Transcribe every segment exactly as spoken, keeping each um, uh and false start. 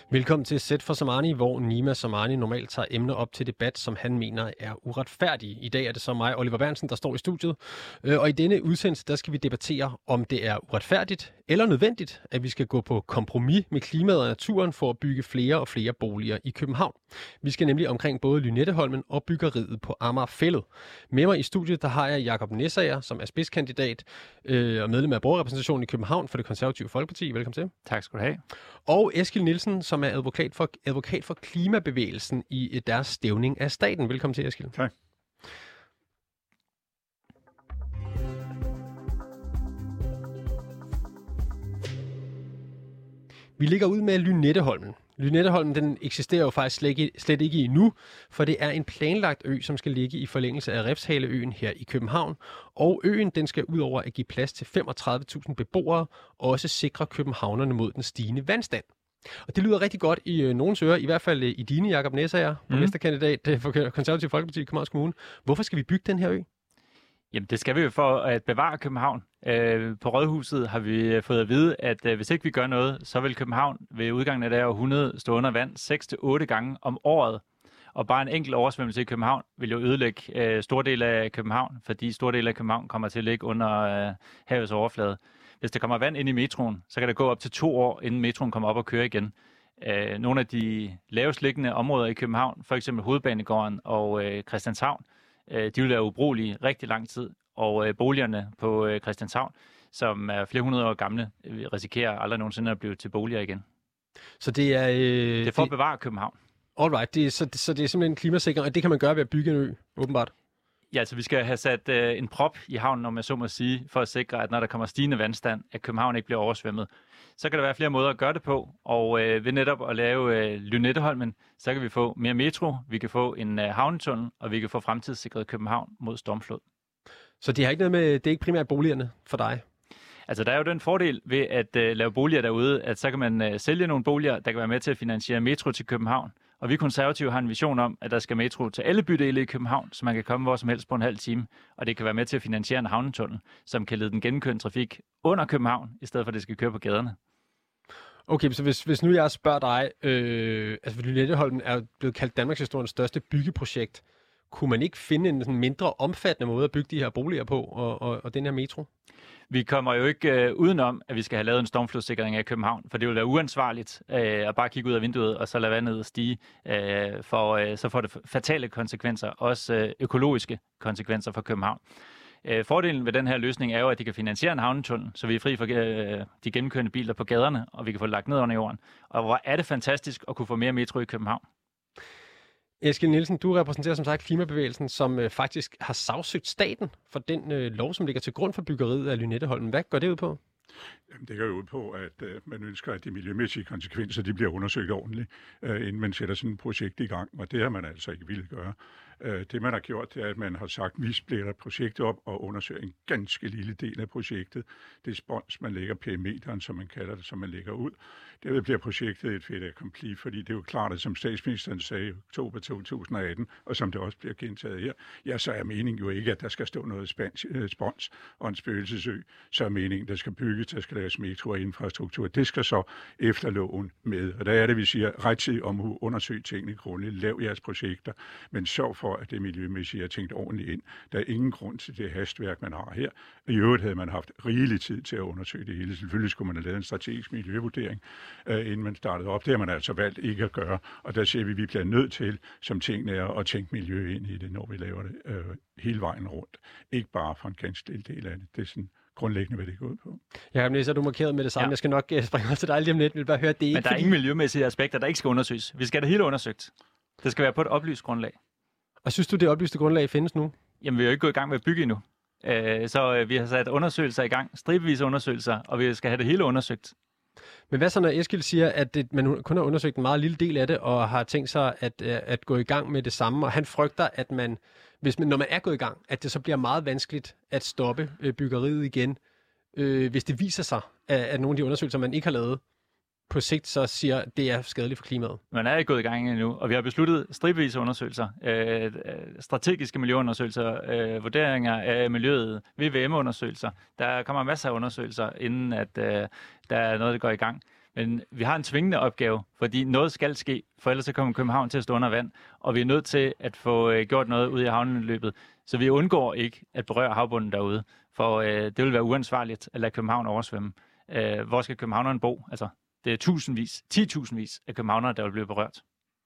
Velkommen til Set for Samani, hvor Nima Samani normalt tager emner op til debat, som han mener er uretfærdige. I dag er det så mig, Oliver Bernsen, der står i studiet. Og i denne udsendelse, der skal vi debattere, om det er uretfærdigt eller nødvendigt, at vi skal gå på kompromis med klimaet og naturen for at bygge flere og flere boliger i København. Vi skal nemlig omkring både Lynetteholmen og byggeriet på Amagerfælled. Med mig i studiet, der har jeg Jakob Nessager, som er spidskandidat øh, og medlem af borgerrepræsentationen i København for Det Konservative Folkeparti. Velkommen til. Tak skal du have. Og Eskild Nielsen, som er advokat for, advokat for klimabevægelsen i deres stævning af staten. Velkommen til, Eskild. Tak. Vi ligger ud med Lynetteholmen. Lynetteholmen den eksisterer jo faktisk slet ikke, slet ikke endnu, for det er en planlagt ø, som skal ligge i forlængelse af Refshaleøen her i København. Og øen den skal udover at give plads til femogtredive tusind beboere, også sikre københavnerne mod den stigende vandstand. Og det lyder rigtig godt i øh, nogens ører, i hvert fald øh, i dine, Jakob Nessager, borgmesterkandidat mm. for Konservative Folkeparti i Københavns Kommune. Hvorfor skal vi bygge den her ø? Jamen, det skal vi jo for at bevare København. Øh, på Rådhuset har vi fået at vide, at øh, hvis ikke vi gør noget, så vil København ved udgangen af det her århundrede stå under vand seks til otte gange om året. Og bare en enkelt oversvømmelse i København vil jo ødelægge øh, store dele af København, fordi store dele af København kommer til at ligge under øh, havets overflade. Hvis der kommer vand ind i metroen, så kan det gå op til to år, inden metroen kommer op og kører igen. Øh, nogle af de lavest liggende områder i København, for eksempel Hovedbanegården og øh, Christianshavn, øh, de vil være ubrugelige rigtig lang tid. Og øh, boligerne på øh, Christianshavn, som er flere hundrede år gamle, risikerer aldrig nogensinde at blive til boliger igen. Så det er... Øh, det er for at bevare København. Alright, det er, så, så det er simpelthen en klimasikring, og det kan man gøre ved at bygge en ø, åbenbart. Ja, altså vi skal have sat øh, en prop i havnen, om jeg så må sige, for at sikre, at når der kommer stigende vandstand, at København ikke bliver oversvømmet. Så kan der være flere måder at gøre det på, og øh, ved netop at lave øh, Lynetteholmen, så kan vi få mere metro, vi kan få en øh, havnetunnel, og vi kan få fremtidssikret København mod stormflod. Så det har ikke noget med, det er ikke primært boligerne for dig? Altså, der er jo den fordel ved at øh, lave boliger derude, at så kan man øh, sælge nogle boliger, der kan være med til at finansiere metro til København. Og vi konservative har en vision om, at der skal metro til alle bydele i København, så man kan komme hvor som helst på en halv time. Og det kan være med til at finansiere en havnetunnel, som kan lede den gennemkørende trafik under København, i stedet for at det skal køre på gaderne. Okay, så hvis, hvis nu jeg spørger dig, øh, altså Lynetteholmen er blevet kaldt Danmarks historiens største byggeprojekt, kunne man ikke finde en sådan mindre omfattende måde at bygge de her boliger på, og, og, og den her metro? Vi kommer jo ikke øh, udenom, at vi skal have lavet en stormflodssikring af København, for det vil være uansvarligt øh, at bare kigge ud af vinduet og så lade vandet stige, øh, for øh, så får det fatale konsekvenser, også øh, økologiske konsekvenser for København. Øh, fordelen ved den her løsning er jo, at de kan finansiere en havnetunnel, så vi er fri for øh, de gennemkørende biler på gaderne, og vi kan få lagt ned under jorden. Og hvor er det fantastisk at kunne få mere metro i København. Eskild Nielsen, du repræsenterer som sagt klimabevægelsen, som øh, faktisk har sagsøgt staten for den øh, lov, som ligger til grund for byggeriet af Lynetteholmen. Hvad går det ud på? Jamen, det går ud på, at øh, man ønsker, at de miljømæssige konsekvenser de bliver undersøgt ordentligt, øh, inden man sætter sådan et projekt i gang, og det har man altså ikke ville gøre. Øh, det man har gjort, det er, at man har sagt, at vi splitter projektet op og undersøger en ganske lille del af projektet. Det er spons, man lægger perimeteren, som man kalder det, som man lægger ud. Derved bliver projektet et fait accompli, fordi det er jo klart, at som statsministeren sagde i oktober to tusind og atten, og som det også bliver gentaget her, ja, så er meningen jo ikke, at der skal stå noget spans, øh, spons og en spøgelsesø. Så er meningen, der skal bygges, der skal laves metro og infrastruktur. Det skal så efter loven med. Og der er det, vi siger, rettidig omhu, undersøg tingene grundigt, lav jeres projekter, men sørg for, at det miljømæssigt er tænkt ordentligt ind. Der er ingen grund til det hastværk, man har her. I øvrigt havde man haft rigelig tid til at undersøge det hele. Selvfølgelig skulle man have lavet en strategisk miljøvurdering, øh, inden man startede op. Det har man altså valgt ikke at gøre. Og der siger vi, at vi bliver nødt til, som tingene er, at tænke miljø ind i det, når vi laver det øh, hele vejen rundt. Ikke bare for en ganske lille del af det. Det er sådan grundlæggende, hvad det går ud på. Jakob Nessager, du markerede med det samme. Ja. Jeg skal nok uh, springe til dig lige om lidt. Jeg vil bare høre, det er ikke, Men der er fordi... ingen miljømæssige aspekter, der ikke skal undersøges. Vi skal have det hele undersøgt. Det skal være på et oplyst grundlag. Og synes du, det oplyste grundlag findes nu? Jamen, vi er jo ikke gået i gang med at bygge endnu. Så vi har sat undersøgelser i gang, stribevis undersøgelser, og vi skal have det hele undersøgt. Men hvad så, når Eskild siger, at det, man kun har undersøgt en meget lille del af det, og har tænkt sig at, at gå i gang med det samme, og han frygter, at man, hvis man, når man er gået i gang, at det så bliver meget vanskeligt at stoppe byggeriet igen, øh, hvis det viser sig, at, at nogle af de undersøgelser, man ikke har lavet, på sigt så siger, at det er skadeligt for klimaet. Man er ikke gået i gang endnu, og vi har besluttet stribevise undersøgelser, øh, strategiske miljøundersøgelser, øh, vurderinger af miljøet, V V M-undersøgelser. Der kommer masser af undersøgelser, inden at øh, der er noget, der går i gang. Men vi har en tvingende opgave, fordi noget skal ske, for ellers så kommer København til at stå under vand, og vi er nødt til at få øh, gjort noget ud i havneløbet, så vi undgår ikke at berøre havbunden derude, for øh, det vil være uansvarligt at lade København oversvømme. Øh, hvor skal københavnerne bo? Altså, det er tusindvis, titusindvis af københavnere, der vil blive berørt.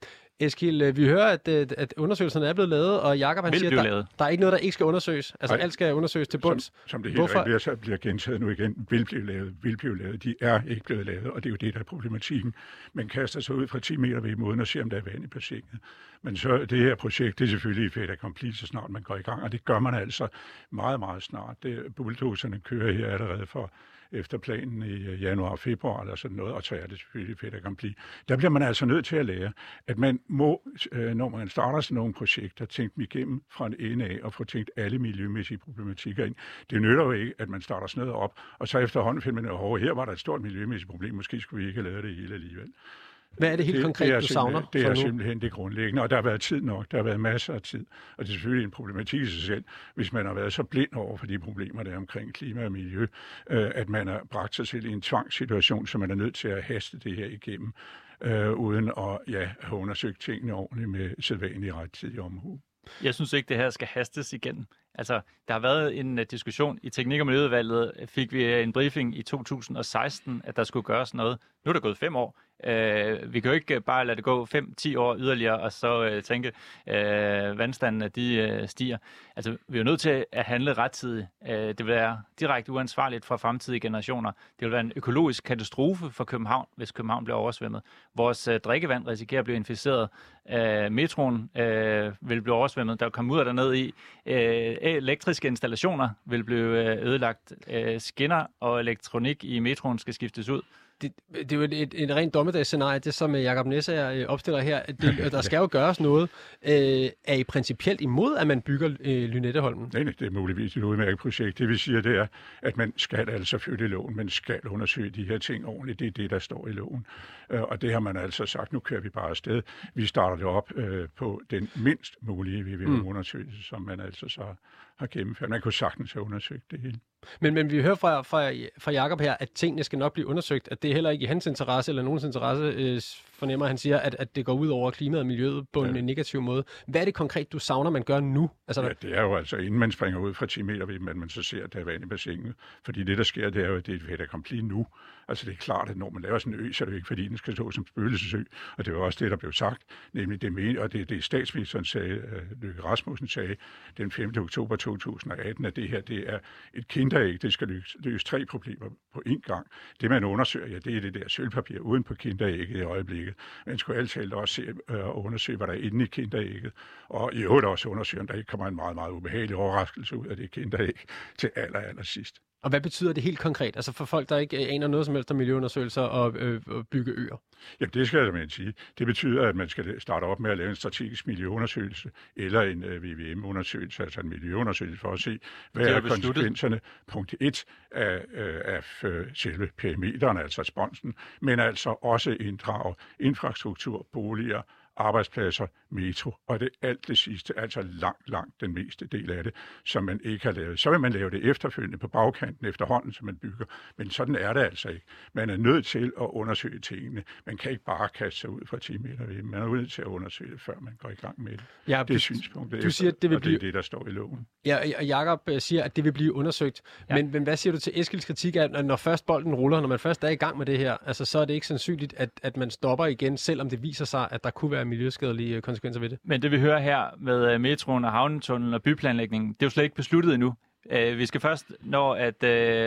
Eskild, vi hører, at, at undersøgelserne er blevet lavet, og Jakob han siger, at der, der er ikke noget, der ikke skal undersøges. Altså, Ej, alt skal undersøges til bunds. Som, som det hele Hvorfor? Bliver, bliver gentaget nu igen, vil blive lavet, vil blive lavet. De er ikke blevet lavet, og det er jo det, der er problematikken. Man kaster sig ud fra ti meter ved moden og ser, om der er vand i bassinet. Men så det her projekt, det er selvfølgelig fait accompli, så snart man går i gang, og det gør man altså meget, meget snart. Det, bulldozerne kører her allerede for efter planen i januar og februar eller sådan noget, og så er det selvfølgelig fait accompli. Der bliver man altså nødt til at lære, at man må, når man starter sådan nogle projekter, tænke dem igennem fra en ende af og få tænkt alle miljømæssige problematikker ind. Det nytter jo ikke, at man starter sådan noget op, og så efterhånden finder man, at her var der et stort miljømæssigt problem, måske skulle vi ikke have lavet det hele alligevel. Hvad er det helt det, konkret, det er du savner? Det er simpelthen det grundlæggende, og der har været tid nok, der har været masser af tid, og det er selvfølgelig en problematik i sig selv, hvis man har været så blind over for de problemer, der er omkring klima og miljø, øh, at man har bragt sig selv i en tvangssituation, så man er nødt til at haste det her igennem, øh, uden at ja, have undersøgt tingene ordentligt med sædvanlig rettidig omhu. Jeg synes ikke, det her skal hastes igen. Altså, der har været en uh, diskussion i Teknik- og Miljøudvalget. Fik vi en briefing i to tusind og seksten, at der skulle gøres noget. Nu er der gået fem år. Uh, vi kan jo ikke bare lade det gå fem til ti år yderligere, og så uh, tænke, uh, vandstanden de uh, stiger. Altså, vi er nødt til at handle rettidigt. Uh, det vil være direkte uansvarligt for fremtidige generationer. Det vil være en økologisk katastrofe for København, hvis København bliver oversvømmet. Vores uh, drikkevand risikerer at blive inficeret. Uh, metroen uh, vil blive oversvømmet. Der kommer ud af derned i. Uh, elektriske installationer vil blive ødelagt. Uh, skinner og elektronik i metroen skal skiftes ud. Det, det er jo et, et, et rent dommedagsscenarie, det som Jakob Nesser opstiller her. Det, der skal jo gøres noget. Øh, er I principielt imod, at man bygger øh, Lynetteholmen? Nej, det er muligvis et udmærket projekt. Det vi siger, det er, at man skal altså følge loven, man skal undersøge de her ting ordentligt. Det er det, der står i loven. Øh, og det har man altså sagt, nu kører vi bare afsted. Vi starter det op øh, på den mindst mulige V V M-undersøgelse, som man altså så har gennemført. Man kunne sagtens have undersøgt det hele. Men, men vi hører fra, fra, fra Jakob her, at tingene skal nok blive undersøgt, at det er heller ikke i hans interesse eller nogens interesse, øh, fornemmer han siger, at, at det går ud over klimaet og miljøet på ja. en negativ måde. Hvad er det konkret, du savner, man gør nu? Altså, ja, det er jo altså, inden man springer ud fra ti meter ved, men man så ser, at der er vand i bassinet. Fordi det, der sker, det er jo, at det er et fait accompli nu. Altså det er klart, at når man laver sådan en ø, så er det jo ikke, fordi den skal stå som spøgelsesø. Og det var også det, der blev sagt, nemlig det med, og det, det statsministeren sagde, Løkke Rasmussen sagde den femte oktober to tusind og atten, at det her, det er et kinderæg, det skal løse, løse tre problemer på én gang. Det man undersøger, ja, det er det der sølvpapir uden på kinderægget i øjeblikket. Man skulle altid også se og undersøge, hvad der er inde i kinderægget. Og i øvrigt også undersøge, om der ikke kommer en meget, meget ubehagelig overraskelse ud af det kinderæg til aller, aller sidst. Og hvad betyder det helt konkret? Altså for folk, der ikke aner noget som helst om miljøundersøgelser og, øh, og bygge øer? Jamen det skal jeg da sige. Det betyder, at man skal starte op med at lave en strategisk miljøundersøgelse eller en øh, V V M-undersøgelse, altså en miljøundersøgelse for at se, hvad er, er konsekvenserne, punkt et, af, øh, af øh, selve perimeteren, altså responsen, men altså også inddrage infrastruktur, boliger, arbejdspladser, metro, og det alt det sidste, altså langt, langt den meste del af det, som man ikke har lavet. Så vil man lave det efterfølgende på bagkanten efterhånden, som man bygger, men sådan er det altså ikke. Man er nødt til at undersøge tingene. Man kan ikke bare kaste sig ud fra ti meter ved. Man er nødt til at undersøge det, før man går i gang med det. Ja, det er synspunktet du efter, siger, det vil og blive... det er det, der står i loven. Ja, og Jakob siger, at det vil blive undersøgt. Ja. Men, men hvad siger du til Eskilds kritik af, at når først bolden ruller, når man først er i gang med det her, altså så er det ikke sandsynligt, at, at man stopper igen, selvom det viser sig, at der kunne være miljøskadelige konsekvenser ved det? Men det vi hører her med metroen og havnetunnelen og byplanlægningen, det er jo slet ikke besluttet endnu. Vi skal først, når at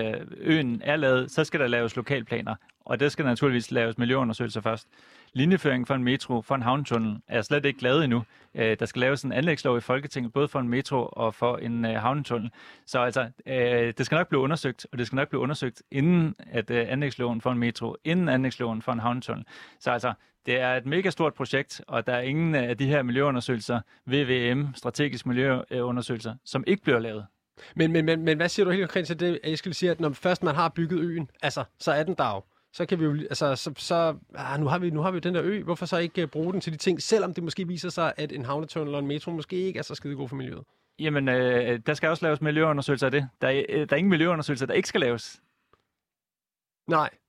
øen er lavet, så skal der laves lokalplaner, og der skal naturligvis laves miljøundersøgelser først. Linjeføringen for en metro, for en havnetunnel, er slet ikke lavet endnu. Der skal laves en anlægslov i Folketinget, både for en metro og for en havnetunnel. Så altså, det skal nok blive undersøgt, og det skal nok blive undersøgt inden at anlægsloven for en metro, inden anlægsloven for en havnetunnel. Så altså, det er et mega stort projekt, og der er ingen af de her miljøundersøgelser, V V M, strategiske miljøundersøgelser, som ikke bliver lavet. Men, men, men, men hvad siger du helt konkret til det, Eskild siger, at når først man har bygget øen, altså, så er den der jo. Så kan vi jo, altså, så, så ah, nu har vi nu har vi den der ø, hvorfor så ikke uh, bruge den til de ting, selvom det måske viser sig, at en havnetunnel og en metro måske ikke er så skide god for miljøet? Jamen, øh, der skal også laves miljøundersøgelser af det. Der er, der er ingen miljøundersøgelser, der ikke skal laves. Nej.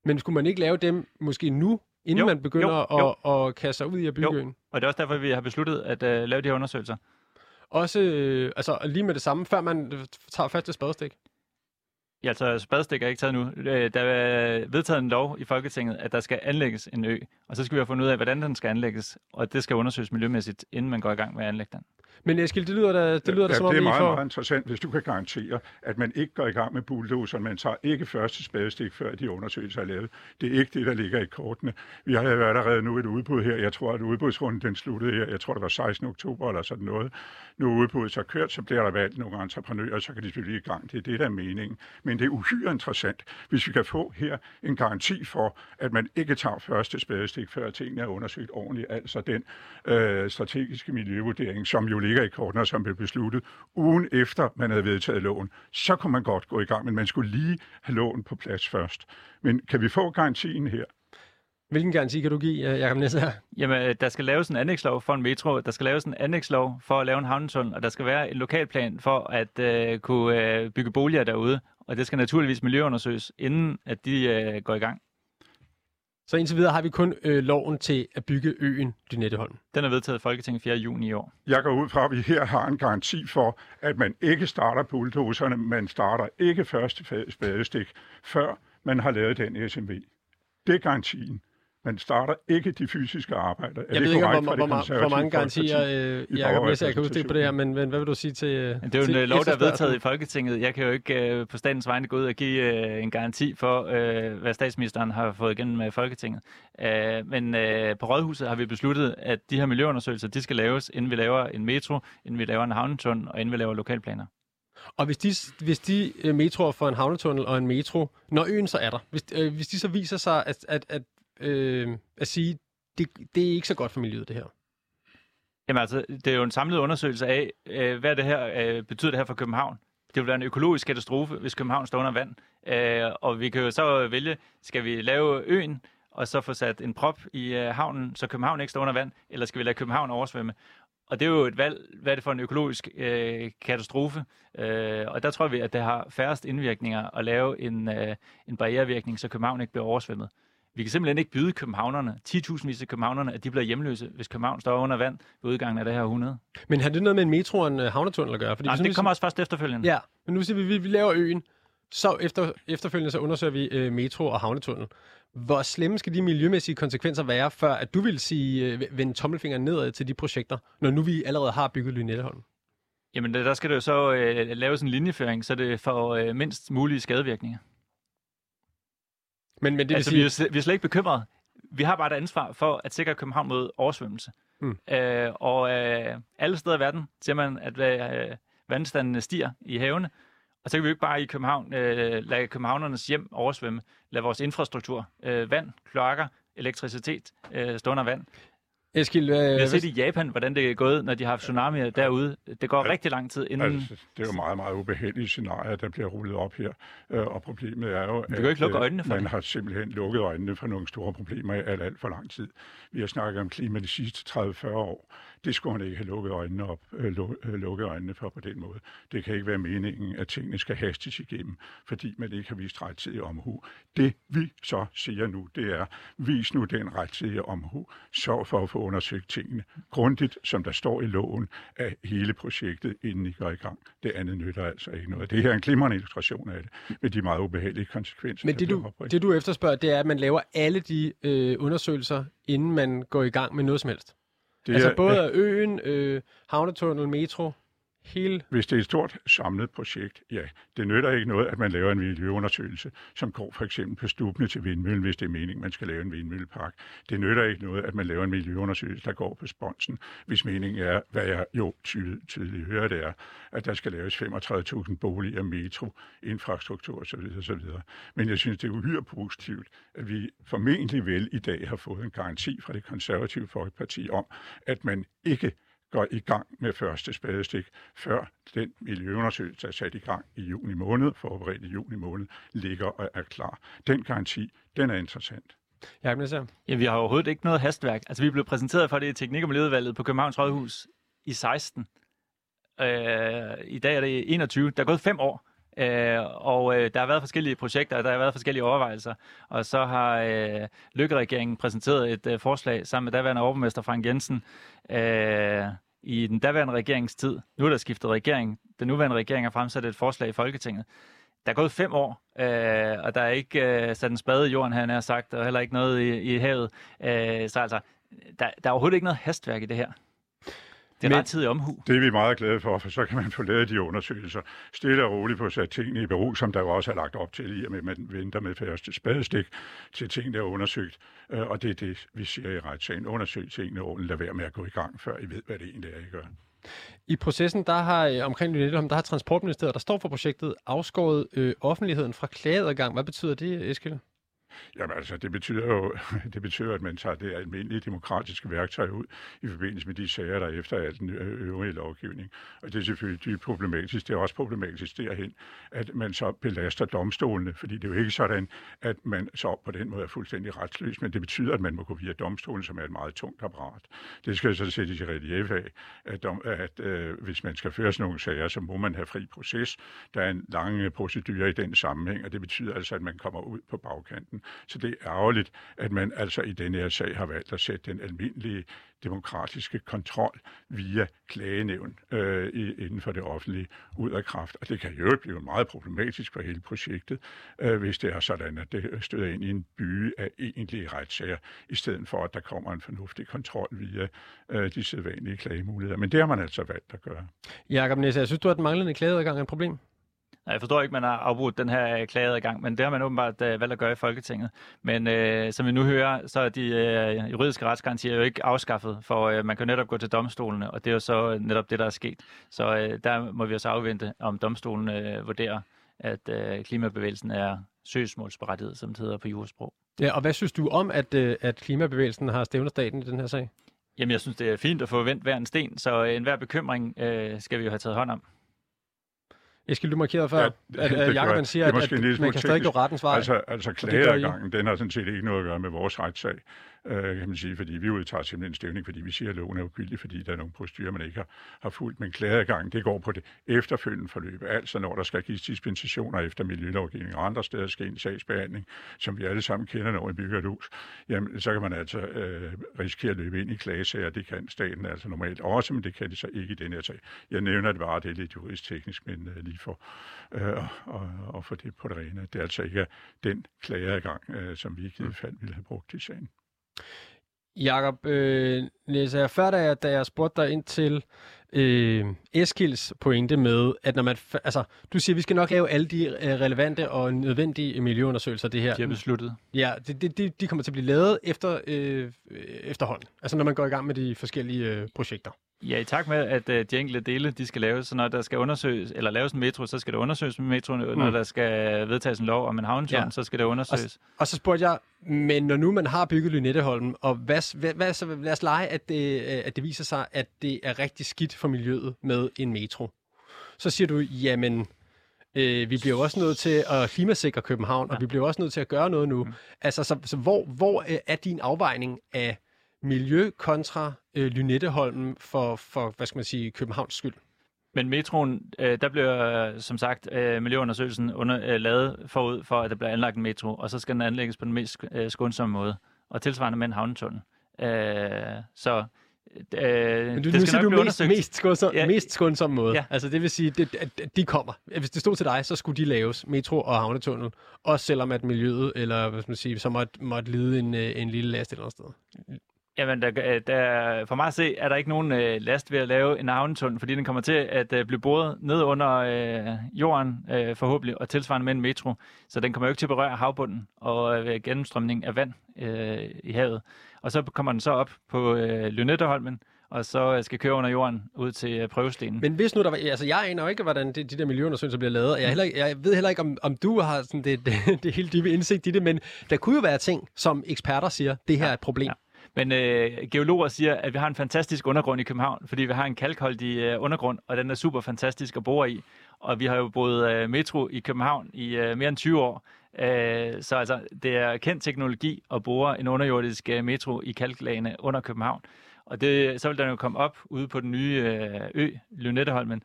Men skulle man ikke lave dem måske nu, inden jo, man begynder jo, jo. At, at kaste sig ud i at bygge øen? Og det er også derfor, vi har besluttet at uh, lave de her undersøgelser. Også øh, altså, lige med det samme, før man tager første spadestik? Ja, altså spadestik er ikke taget nu. Der er vedtaget en lov i Folketinget, at der skal anlægges en ø, og så skal vi have fundet ud af, hvordan den skal anlægges, og det skal undersøges miljømæssigt, inden man går i gang med at anlægge den. Men Eskild, det lyder da, det lyder ja, da som om, det er meget, får... meget interessant, hvis du kan garantere, at man ikke går i gang med bulldozeren, man tager ikke første spadestik, før de undersøgelser er lavet. Det er ikke det, der ligger i kortene. Vi har jo allerede nu et udbud her. Jeg tror, at udbudsrunden den sluttede her. Jeg tror, det var sekstende oktober eller sådan noget. Nu er udbuddet så kørt, så bliver der valgt nogle entreprenører, så kan de selvfølgelig i gang. Det er det, der er meningen. Men det er uhyre interessant, hvis vi kan få her en garanti for, at man ikke tager første spadestik, før tingene er undersøgt ordentligt. Altså den øh, strategiske miljøvurdering, som jo ligger i kortene, som blev besluttet ugen efter, man havde vedtaget loven. Så kunne man godt gå i gang, men man skulle lige have loven på plads først. Men kan vi få garantien her? Hvilken garanti kan du give, Jacob Nesser? Jamen, der skal laves en anlægslov for en metro, der skal laves en anlægslov for at lave en havnetunnel, og der skal være en lokalplan for at øh, kunne øh, bygge boliger derude. Og det skal naturligvis miljøundersøges, inden at de øh, går i gang. Så indtil videre har vi kun øh, loven til at bygge øen Lynetteholm. Den er vedtaget i Folketinget fjerde juni i år. Jeg går ud fra, at vi her har en garanti for, at man ikke starter bulldozerne, man starter ikke første spadestik, før man har lavet den S M V. Det er garantien. Man starter ikke de fysiske arbejder. Er jeg det ved ikke, hvor, hvor, hvor, hvor mange garantier, øh, Jacob Nesser, jeg kan huske på det her, men, men hvad vil du sige til øh, Det er jo en lov, der er vedtaget i Folketinget. Jeg kan jo ikke øh, på statens vegne gå ud og give øh, en garanti for, øh, hvad statsministeren har fået igennem med Folketinget. Øh, men øh, på Rådhuset har vi besluttet, at de her miljøundersøgelser, de skal laves, inden vi laver en metro, inden vi laver en havnetunnel, og inden vi laver lokalplaner. Og hvis de, hvis de metroer får en havnetunnel og en metro, når øen så er der, hvis, øh, hvis de så viser sig at, at, at Øh, at sige, det, det er ikke så godt for miljøet, det her. Jamen altså, det er jo en samlet undersøgelse af, øh, hvad det her øh, betyder det her for København. Det vil være en økologisk katastrofe, hvis København står under vand. Øh, og vi kan jo så vælge, skal vi lave øen, og så få sat en prop i øh, havnen, så København ikke står under vand, eller skal vi lade København oversvømme? Og det er jo et valg, hvad er det for en økologisk øh, katastrofe? Øh, og der tror vi, at det har færrest indvirkninger at lave en, øh, en barrierevirkning, så København ikke bliver oversvømmet. Vi kan simpelthen ikke byde københavnerne, ti tusindvis af københavnerne, at de bliver hjemløse, hvis København står under vand ved udgangen af det her århundrede. Men har det noget med en metro og en havnetunnel at gøre? Fordi Nej, det kommer også først efterfølgende. Ja, men nu siger vi, vi, vi laver øen, så efter, efterfølgende så undersøger vi øh, metro og havnetunnel. Hvor slemme skal de miljømæssige konsekvenser være, før at du vil sige, øh, vende tommelfingeren nedad til de projekter, når nu vi allerede har bygget Lynetteholm? Jamen, der skal det jo så øh, laves en linjeføring, så det får øh, mindst mulige skadevirkninger. Men, men det altså, vil sige... vi, er, vi er slet ikke bekymrede. Vi har bare et ansvar for at sikre København mod oversvømmelse. Mm. Øh, og øh, alle steder i verden ser man, at øh, vandstanden stiger i havene. Og så kan vi jo ikke bare i København øh, lade københavnernes hjem oversvømme. Lade vores infrastruktur, øh, vand, kloakker, elektricitet øh, stå under vand. Eskild, øh, vi har set i Japan, hvordan det er gået, når de har haft tsunamier derude. Det går ja, rigtig lang tid inden... Altså, det er jo meget, meget ubehagelige scenarier, der bliver rullet op her. Og problemet er jo, at kan ikke lukke øjnene for man det. har simpelthen lukket øjnene for nogle store problemer i alt, alt for lang tid. Vi har snakket om klima de sidste tredive til fyrre år. Det skulle man ikke have lukket øjnene, op, øh, lukket øjnene for på den måde. Det kan ikke være meningen, at tingene skal hastes igennem, fordi man ikke har vist rettidig omhu. Det vi så siger nu, det er, vis nu den rettidige omhu. Sørg for at få undersøgt tingene grundigt, som der står i loven af hele projektet, inden I går i gang. Det andet nytter altså ikke noget. Det her er en glimrende illustration af det, med de meget ubehagelige konsekvenser. Men det du, det du efterspørger, det er, at man laver alle de øh, undersøgelser, inden man går i gang med noget som helst. Det altså er, både ja. øen, øh, havnetunnel, metro, hele... Hvis det er et stort samlet projekt, ja, det nytter ikke noget, at man laver en miljøundersøgelse, som går for eksempel på stubene til vindmøllen, hvis det er meningen, man skal lave en vindmøllepark. Det nytter ikke noget, at man laver en miljøundersøgelse, der går på sponsen, hvis meningen er, hvad jeg jo tydeligt, tydeligt hører, det er, at der skal laves femogtredive tusind boliger, metro, infrastruktur osv. osv. Men jeg synes, det er uhyre positivt, at vi formentlig vel i dag har fået en garanti fra det konservative Folkeparti om, at man ikke går i gang med første spadestik, før den miljøundersøgelse, der er sat i gang i juni måned, forberedt i juni måned, ligger og er klar. Den garanti, den er interessant. Ja, men så. Ja, vi har overhovedet ikke noget hastværk. Altså, vi blev præsenteret for det i Teknik- og Miljøudvalget på Københavns Rådhus i seksten. Øh, I dag er det enogtyve. Der er gået fem år. Øh, og øh, der har været forskellige projekter, og der har været forskellige overvejelser. Og så har øh, Løkke-regeringen præsenteret et øh, forslag sammen med daværende overborgmester Frank Jensen øh, i den daværende regeringstid. Nu er der skiftet regering. Den nuværende regering har fremsat et forslag i Folketinget. Der er gået fem år, øh, og der er ikke øh, sat en spade i jorden, han har sagt, og heller ikke noget i, i havet. Øh, så altså, der, der er overhovedet ikke noget hastværk i det her. Det er rettidig omhu. Det er vi meget glade for, for så kan man få lavet de undersøgelser. Stille og roligt på sat tingene i bero, som der jo også er lagt op til, i og med, at man venter med første spadestik til ting, der er undersøgt. Og det er det, vi siger i retssagen. Undersøg tingene ordentligt, lad være med at gå i gang, før I ved, hvad det egentlig er, I gør. I processen, der har omkring Lynetteholm, der har Transportministeriet, der står for projektet, afskåret øh, offentligheden fra klageadgang. Hvad betyder det, Eskild? Jamen altså, det betyder jo, det betyder, at man tager det almindelige demokratiske værktøj ud i forbindelse med de sager, der efter al den øvrige lovgivning. Og det er selvfølgelig dybt problematisk. Det er også problematisk derhen, at man så belaster domstolene, fordi det er jo ikke sådan, at man så på den måde er fuldstændig retsløs, men det betyder, at man må gå via domstolen, som er et meget tungt apparat. Det skal så sættes i relief af, at, dom, at øh, hvis man skal føre sådan nogle sager, så må man have fri proces. Der er en lang procedure i den sammenhæng, og det betyder altså, at man kommer ud på bagkanten. Så det er ærgerligt, at man altså i denne her sag har valgt at sætte den almindelige demokratiske kontrol via klagenævn øh, inden for det offentlige ud af kraft. Og det kan jo blive meget problematisk for hele projektet, øh, hvis det er sådan, at det støder ind i en by af egentlige retssager, i stedet for, at der kommer en fornuftig kontrol via øh, de sædvanlige klagemuligheder. Men det har man altså valgt at gøre. Jakob Næsser, jeg synes du, at den manglende klageadgang er et problem? Jeg forstår ikke, at man har afbrudt den her klageadgang, men det har man åbenbart uh, valgt at gøre i Folketinget. Men uh, som vi nu hører, så er de uh, juridiske retsgarantier jo ikke afskaffet, for uh, man kan netop gå til domstolene, og det er jo så netop det, der er sket. Så uh, der må vi også afvente, om domstolen uh, vurderer, at uh, klimabevægelsen er søgsmålsberettiget, som det hedder på jurasprog. Ja, og hvad synes du om, at, uh, at klimabevægelsen har stævnet staten i den her sag? Jamen, jeg synes, det er fint at få vendt hver en sten, så uh, enhver bekymring uh, skal vi jo have taget hånd om. Eskild, du markerede før, ja, at, at Jacob siger, at, at man kan stadig gå rettens vej. Altså, altså klageadgangen, den har sådan set ikke noget at gøre med vores retssag, øh, kan man sige, fordi vi udtager simpelthen en stævning, fordi vi siger, at loven er ugyldig, fordi der er nogle procedurer, man ikke har, har fulgt. Men klageadgangen, det går på det efterfølgende forløb. Altså, når der skal gives dispensationer efter miljølovgivning og andre steder skal en sagsbehandling, som vi alle sammen kender, når vi bygger et hus, jamen, så kan man altså øh, risikere at løbe ind i klagesager. Det kan staten altså normalt også, men det kan det så ikke i den her sag. Jeg nævner det bare, det er lidt juridisk teknisk, men øh, lige for øh, og, og få det på det rene. Det er altså ikke den klageadgang, øh, som vi i givet fald ville have brugt i sagen. Jakob, øh, læser jeg før, da jeg, da jeg spurgte dig ind til øh, Eskilds pointe med, at når man, altså, du siger, at vi skal nok lave alle de relevante og nødvendige miljøundersøgelser, det her. De er besluttet. Ja, det, det, de, de kommer til at blive lavet efter, øh, efterhånden. Altså når man går i gang med de forskellige øh, projekter. Ja, i takt med, at uh, de enkelte dele, de skal laves, så når der skal undersøges, eller laves en metro, så skal det undersøges med metro, mm. når der skal vedtages en lov om en havnetunnel, ja. Så skal det undersøges. Og, og så spurgte jeg, men når nu man har bygget Lynetteholm, og hvad, hvad, hvad, så lad os lege, at det, at det viser sig, at det er rigtig skidt for miljøet med en metro. Så siger du, jamen, øh, vi bliver jo også nødt til at klimasikre København, ja. Og vi bliver også nødt til at gøre noget nu. Mm. Altså, så, så hvor, hvor er din afvejning af miljø kontra øh, Lynetteholm for, for, hvad skal man sige, Københavns skyld? Men metroen, øh, der bliver som sagt øh, miljøundersøgelsen under, øh, lavet forud for, at der bliver anlagt en metro, og så skal den anlægges på den mest øh, skånsomme måde, og tilsvarende med en havnetunnel. Øh, så øh, Men du, det nu skal siger nok du mest, mest, skånsom, ja. mest skånsomme måde. Ja. Altså det vil sige, det, at de kommer. Hvis det stod til dig, så skulle de laves, metro og havnetunnel, også selvom at miljøet, eller hvad skal man sige, så måtte, måtte lide en, en lille last et eller andet sted. Jamen, der, der, for mig at se, er der ikke nogen øh, last ved at lave en havnetunnel, fordi den kommer til at øh, blive boret ned under øh, jorden, øh, forhåbentlig, og tilsvarende med en metro. Så den kommer jo ikke til at berøre havbunden og øh, gennemstrømning af vand øh, i havet. Og så kommer den så op på øh, Lynetteholmen, og så skal køre under jorden ud til øh, prøvestenen. Men hvis nu der var, altså jeg aner jo ikke, hvordan de, de der miljøundersøgelser bliver lavet, og jeg, heller, jeg ved heller ikke, om, om du har sådan det, det, det helt dybe indsigt i det, men der kunne jo være ting, som eksperter siger, det her ja. er et problem. Ja. Men øh, geologer siger, at vi har en fantastisk undergrund i København, fordi vi har en kalkholdig øh, undergrund, og den er super fantastisk at bore i. Og vi har jo boet øh, metro i København i øh, mere end tyve år. Øh, så altså, det er kendt teknologi at bore en underjordisk øh, metro i kalklagene under København. Og det, så vil den jo komme op ude på den nye øh, ø, Lynetteholmen.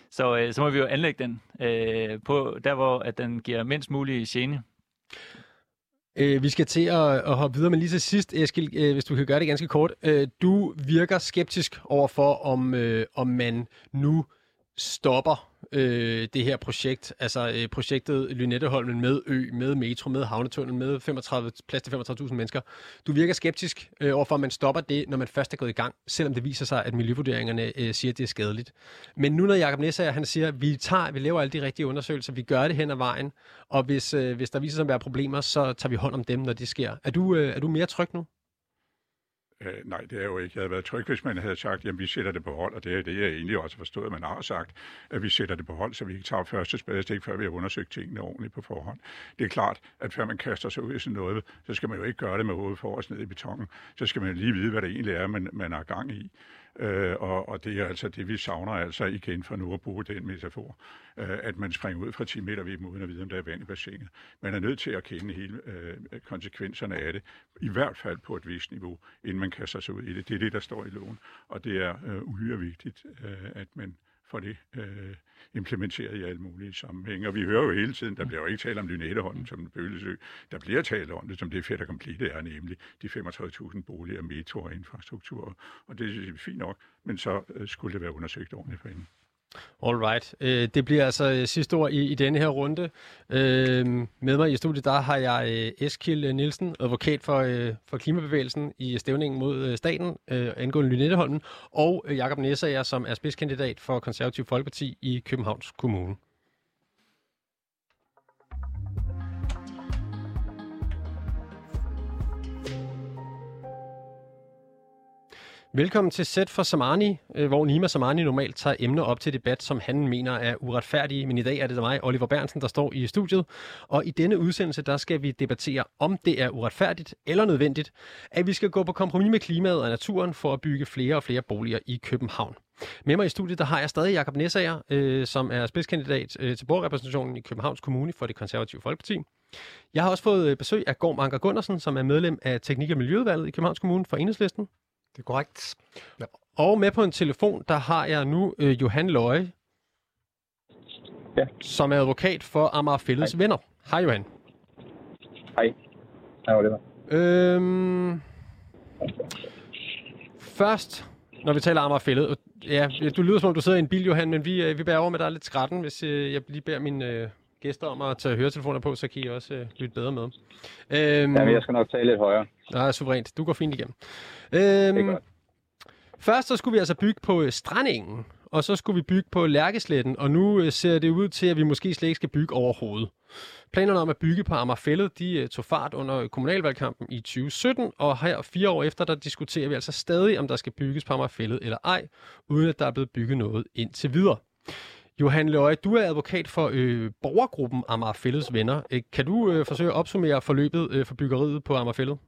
Så, øh, så må vi jo anlægge den øh, på der, hvor at den giver mindst mulig gene. Øh, vi skal til at, at hoppe videre, men lige til sidst, Eskild, øh, hvis du kan gøre det ganske kort. Øh, du virker skeptisk overfor, om, øh, om man nu stopper øh, det her projekt, altså øh, projektet Lynetteholmen med ø, med metro, med havnetunnel, med femogtredive, plads til femogtredive tusind mennesker. Du virker skeptisk øh, overfor, at man stopper det, når man først er gået i gang, selvom det viser sig, at miljøvurderingerne øh, siger, at det er skadeligt. Men nu når Jacob Nessager, han siger, at vi, tager, vi laver alle de rigtige undersøgelser, vi gør det hen ad vejen, og hvis, øh, hvis der viser sig at være problemer, så tager vi hånd om dem, når det sker. Er du, øh, er du mere tryg nu? Øh, nej, det er jo ikke. Jeg havde været tryg, hvis man havde sagt, at vi sætter det på hold, og det er det, jeg egentlig også har forstået, at man har sagt, at vi sætter det på hold, så vi ikke tager første spadestik, før vi har undersøgt tingene ordentligt på forhånd. Det er klart, at før man kaster sig ud i sådan noget, så skal man jo ikke gøre det med hovedet for os ned i betongen. Så skal man lige vide, hvad det egentlig er, man, man har gang i. Øh, og, og det er altså det, vi savner altså igen for nu at bruge den metafor, øh, at man springer ud fra ti meter ved uden at vide, om der er vand i bassinet. Man er nødt til at kende hele øh, konsekvenserne af det, i hvert fald på et vist niveau, inden man kaster sig ud i det. Det er det, der står i loven, og det er øh, uhyre vigtigt, øh, at man får det øh, implementeret i alle mulige sammenhænge. Og vi hører jo hele tiden, der bliver jo ikke talt om Lynetteholmen som en bølgesø. Der bliver talt om det, som det fedt og komplet er, nemlig de femogtredive tusind boliger, metro og infrastruktur. Og det er fint nok, men så øh, skulle det være undersøgt ordentligt for hende. All right. Øh, det bliver altså sidste ord i, i denne her runde. Øh, med mig i studiet, der har jeg øh, Eskild Nielsen, advokat for, øh, for klimabevægelsen i stævningen mod øh, staten øh, angående Lynetteholmen, og øh, Jacob Nessager, som er spidskandidat for Konservativ Folkeparti i Københavns Kommune. Velkommen til Sæt for Samani, hvor Nima Samani normalt tager emner op til debat, som han mener er uretfærdige. Men i dag er det mig, Oliver Berntsen, der står i studiet. Og i denne udsendelse, der skal vi debattere, om det er uretfærdigt eller nødvendigt, at vi skal gå på kompromis med klimaet og naturen for at bygge flere og flere boliger i København. Med mig i studiet, der har jeg stadig Jacob Nessager, øh, som er spidskandidat øh, til borgerrepræsentationen i Københavns Kommune for det Konservative Folkeparti. Jeg har også fået besøg af Gorm Anker Gundersen, som er medlem af Teknik- og Miljøudvalget i Københavns Kommune for Enhedslisten. Det er korrekt. Ja. Og med på en telefon, der har jeg nu øh, Johan Løje, ja. som er advokat for Amager Fælleds Venner. Hej Johan. Hej. Hej Oliver. Øhm, først, når vi taler Amager Fælled, ja, du lyder som om du sidder i en bil, Johan, men vi, vi bærer over med dig lidt skrætten, hvis øh, jeg lige beder mine øh, gæster om at tage høretelefoner på, så kan I også øh, lytte bedre med. Øhm, ja, men jeg skal nok tale lidt højere. Nej, suverænt. Du går fint igennem. Øhm, først så skulle vi altså bygge på Strandengen, og så skulle vi bygge på Lærkesletten, og nu øh, ser det ud til, at vi måske slet ikke skal bygge overhovedet. Planerne om at bygge på Amager Fælled, de øh, tog fart under kommunalvalgkampen i tyve sytten, og her fire år efter, der diskuterer vi altså stadig, om der skal bygges på Amager Fælled eller ej, uden at der er blevet bygget noget indtil videre. Johan Løje, du er advokat for øh, borgergruppen Amager Fælleds Venner. Øh, kan du øh, forsøge at opsummere forløbet øh, for byggeriet på Amager Fælled?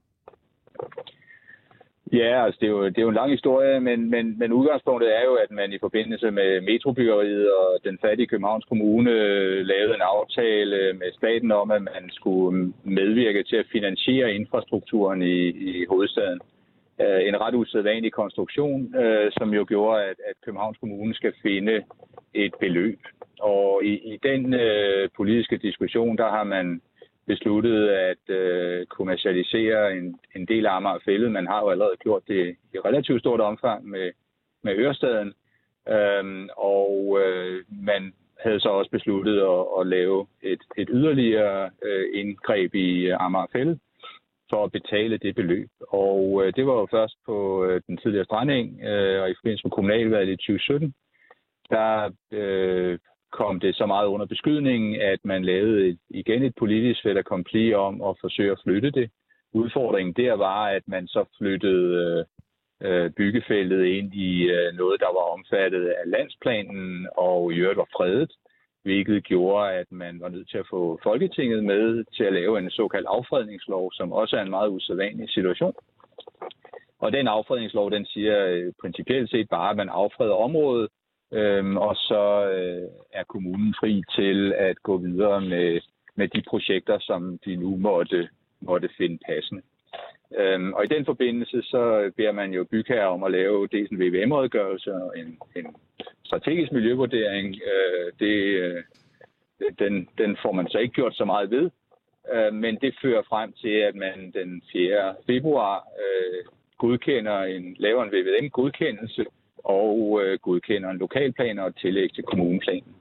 Ja, altså det er jo, det er jo en lang historie, men, men, men udgangspunktet er jo, at man i forbindelse med metrobyggeriet og den fattige Københavns Kommune lavede en aftale med staten om, at man skulle medvirke til at finansiere infrastrukturen i, i hovedstaden. En ret usædvanlig konstruktion, som jo gjorde, at, at Københavns Kommune skal finde et beløb. Og i, i den øh, politiske diskussion, der har man besluttet at øh, kommercialisere en, en del af Amager Fælled. Man har jo allerede gjort det i relativt stort omfang med, med Ørestaden. Øhm, og øh, man havde så også besluttet at, at lave et, et yderligere øh, indgreb i Amager Fælled for at betale det beløb. Og øh, det var jo først på øh, den tidligere Strandeng, øh, og i forbindelse med kommunalvalget i tyve sytten, der øh, kom det så meget under beskydningen, at man lavede et, igen et politisk fait accompli om at forsøge at flytte det. Udfordringen der var, at man så flyttede øh, byggefeltet ind i øh, noget, der var omfattet af landsplanen og i øvrigt var fredet, hvilket gjorde, at man var nødt til at få Folketinget med til at lave en såkaldt affredningslov, som også er en meget usædvanlig situation. Og den affredningslov, den siger øh, principielt set bare, at man affreder området, Øhm, og så øh, er kommunen fri til at gå videre med, med de projekter, som de nu måtte, måtte finde passende. Øhm, og i den forbindelse, så beder man jo bygherrer om at lave dels en V V M-redegørelse og en, en strategisk miljøvurdering. Øh, det, øh, den, den får man så ikke gjort så meget ved, øh, men det fører frem til, at man den fjerde februar øh, godkender en, laver en V V M-godkendelse og øh, godkender en lokalplan og et tillæg til kommuneplanen.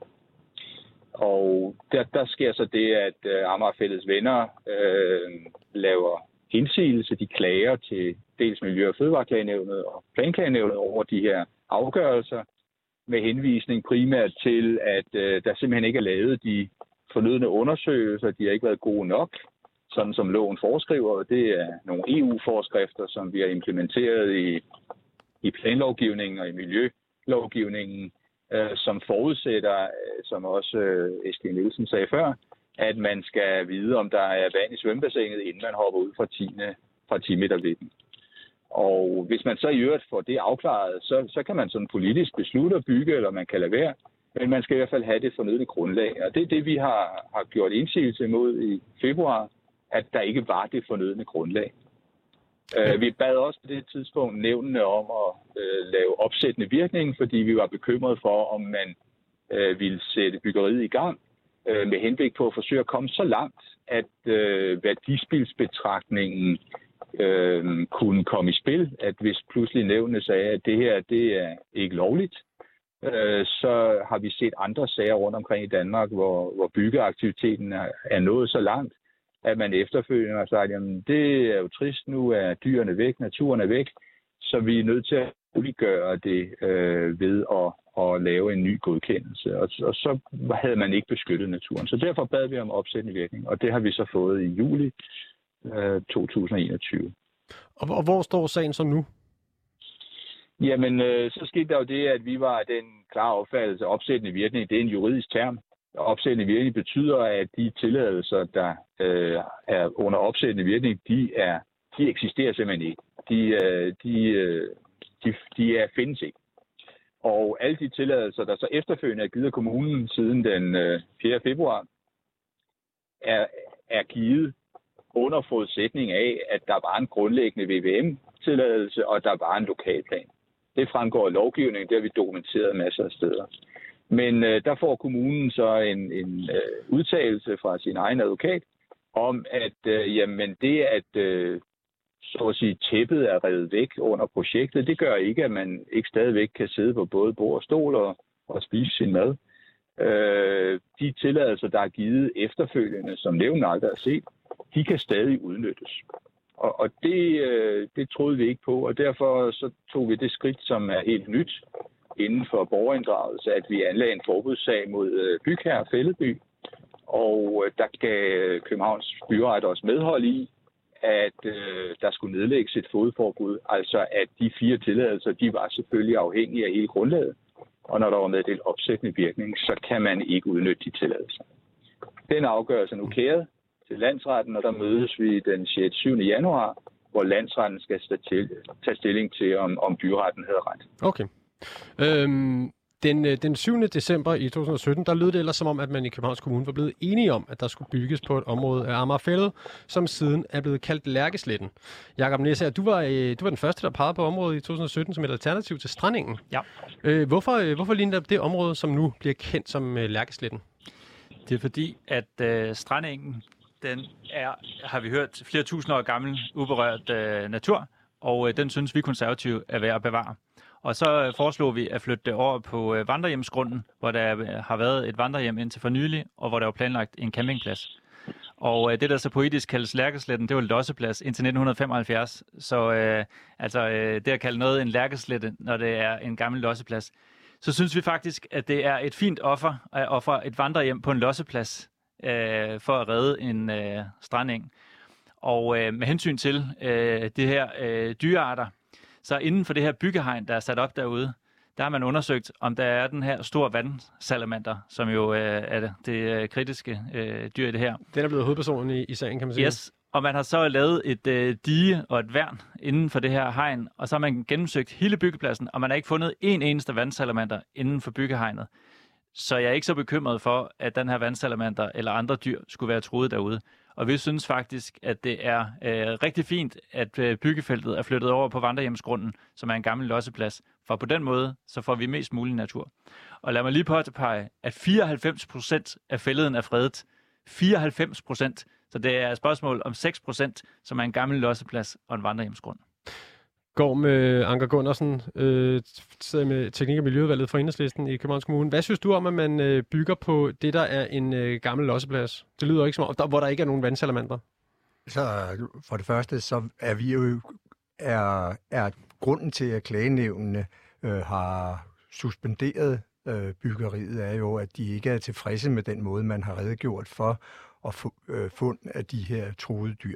Og der, der sker så det, at øh, Amagerfællets venner øh, laver indsigelse, de klager til dels Miljø- og Fødevareklagenævnet og Planklagenævnet over de her afgørelser, med henvisning primært til, at øh, der simpelthen ikke er lavet de fornødne undersøgelser, de har ikke været gode nok, sådan som loven foreskriver. Det er nogle E U-forskrifter, som vi har implementeret i, i planlovgivningen og i miljølovgivningen, øh, som forudsætter, øh, som også øh, Eskild Nielsen sagde før, at man skal vide, om der er vand i svømmebassinet, inden man hopper ud fra tiende fra ti meter vidden. Og hvis man så i øvrigt får det afklaret, så, så kan man sådan politisk beslutte at bygge, eller man kan lade være. Men man skal i hvert fald have det fornødne grundlag. Og det er det, vi har, har gjort indsigelse imod i februar, at der ikke var det fornødne grundlag. Ja. Uh, vi bad også på det tidspunkt nævnene om at uh, lave opsættende virkning, fordi vi var bekymrede for, om man uh, ville sætte byggeriet i gang uh, med henblik på at forsøge at komme så langt, at uh, værdispildsbetragtningen uh, kunne komme i spil. At hvis pludselig nævnene sagde, at det her det er ikke lovligt, uh, så har vi set andre sager rundt omkring i Danmark, hvor, hvor byggeaktiviteten er, er nået så langt, at man efterfølgende har sagt, jamen det er jo trist, nu er dyrene væk, naturen er væk, så vi er nødt til at udgøre det øh, ved at, at lave en ny godkendelse. Og, og så havde man ikke beskyttet naturen. Så derfor bad vi om opsættende virkning, og det har vi så fået i juli øh, to tusind og enogtyve. Og, og hvor står sagen så nu? Jamen, øh, så skete der jo det, at vi var den klare opfattelse, opsættende virkning, det er en juridisk term. Opsættende virkning betyder, at de tilladelser, der øh, er under opsættende virkning, de, er, de eksisterer simpelthen ikke. De, øh, de, øh, de, de er, findes ikke. Og alle de tilladelser, der så efterfølgende er givet af kommunen siden den øh, fjerde februar, er, er givet under forudsætning af, at der var en grundlæggende V V M-tilladelse, og der var en lokalplan. Det fremgår af lovgivningen, det har vi dokumenteret masser af steder. Men øh, der får kommunen så en, en øh, udtalelse fra sin egen advokat om, at øh, jamen, det, at øh, så at sige, tæppet er revet væk under projektet, det gør ikke, at man ikke stadigvæk kan sidde på både bord og stol og, og spise sin mad. Øh, de tilladelser, der er givet efterfølgende, som nævnt aldrig har set, de kan stadig udnyttes. Og, og det, øh, det troede vi ikke på, og derfor så tog vi det skridt, som er helt nyt, inden for borgerinddragelse, at vi anlagde en forbudssag mod bygherre Fælleby, og der gav Københavns byret også medhold i, at øh, der skulle nedlægges et fodforbud, altså at de fire tilladelser, de var selvfølgelig afhængige af hele grundlaget, og når der var meddelt opsættende virkning, så kan man ikke udnytte de tilladelser. Den afgørelse er nu kæret til landsretten, og der mødes vi den sjette til syvende januar, hvor landsretten skal tage stilling til, om, om byretten havde ret. Okay. Øhm, den, den syvende december i to tusind og sytten, der lød det ellers som om, at man i Københavns Kommune var blevet enige om, at der skulle bygges på et område af Amagerfælled, som siden er blevet kaldt Lærkesletten. Jakob Nesager, du var, du var den første, der pegede på området i to tusind og sytten som et alternativ til Strandengen. Ja. Øh, hvorfor, hvorfor lige netop det område, som nu bliver kendt som uh, Lærkesletten? Det er fordi, at øh, Strandengen, den er, har vi hørt, flere tusind år gammel uberørt øh, natur, og øh, den synes vi konservative er værd at bevare. Og så foreslog vi at flytte det over på øh, vandrehjemsgrunden, hvor der øh, har været et vandrehjem indtil for nylig, og hvor der var planlagt en campingplads. Og øh, det, der så poetisk kaldes Lærkesletten, det var losseplads indtil nitten femoghalvfjerds. Så øh, altså, øh, det at kalde noget en lærkeslette, når det er en gammel losseplads, så synes vi faktisk, at det er et fint offer at ofre et vandrehjem på en losseplads øh, for at redde en øh, strandeng. Og øh, med hensyn til øh, det her øh, dyrearter, så inden for det her byggehegn, der er sat op derude, der har man undersøgt, om der er den her store vandsalamander, som jo øh, er det, det kritiske øh, dyr i det her. Den er blevet hovedpersonen i, i sagen, kan man sige. Yes, og man har så lavet et øh, dige og et værn inden for det her hegn, og så har man gennemsøgt hele byggepladsen, og man har ikke fundet en eneste vandsalamander inden for byggehegnet. Så jeg er ikke så bekymret for, at den her vandsalamander eller andre dyr skulle være truet derude. Og vi synes faktisk, at det er øh, rigtig fint, at øh, byggefeltet er flyttet over på Vandrehjemsgrunden, som er en gammel losseplads. For på den måde, så får vi mest mulig natur. Og lad mig lige påpege, at fireoghalvfems procent af fælleden er fredet. fireoghalvfems procent. Så det er et spørgsmål om seks procent, som er en gammel losseplads og en vandrehjemsgrund. Går med Anker Gundersen, øh, sidder med Teknik- og Miljøudvalget for Enhedslisten i Københavns Kommune. Hvad synes du om, at man øh, bygger på det, der er en øh, gammel losseplads? Det lyder ikke som om, der, hvor der ikke er nogen vandsalamandre. Så for det første, så er vi jo er, er grunden til, at klagenævnene øh, har suspenderet øh, byggeriet, er jo, at de ikke er tilfredse med den måde, man har redegjort for at få øh, fund af de her truede dyr.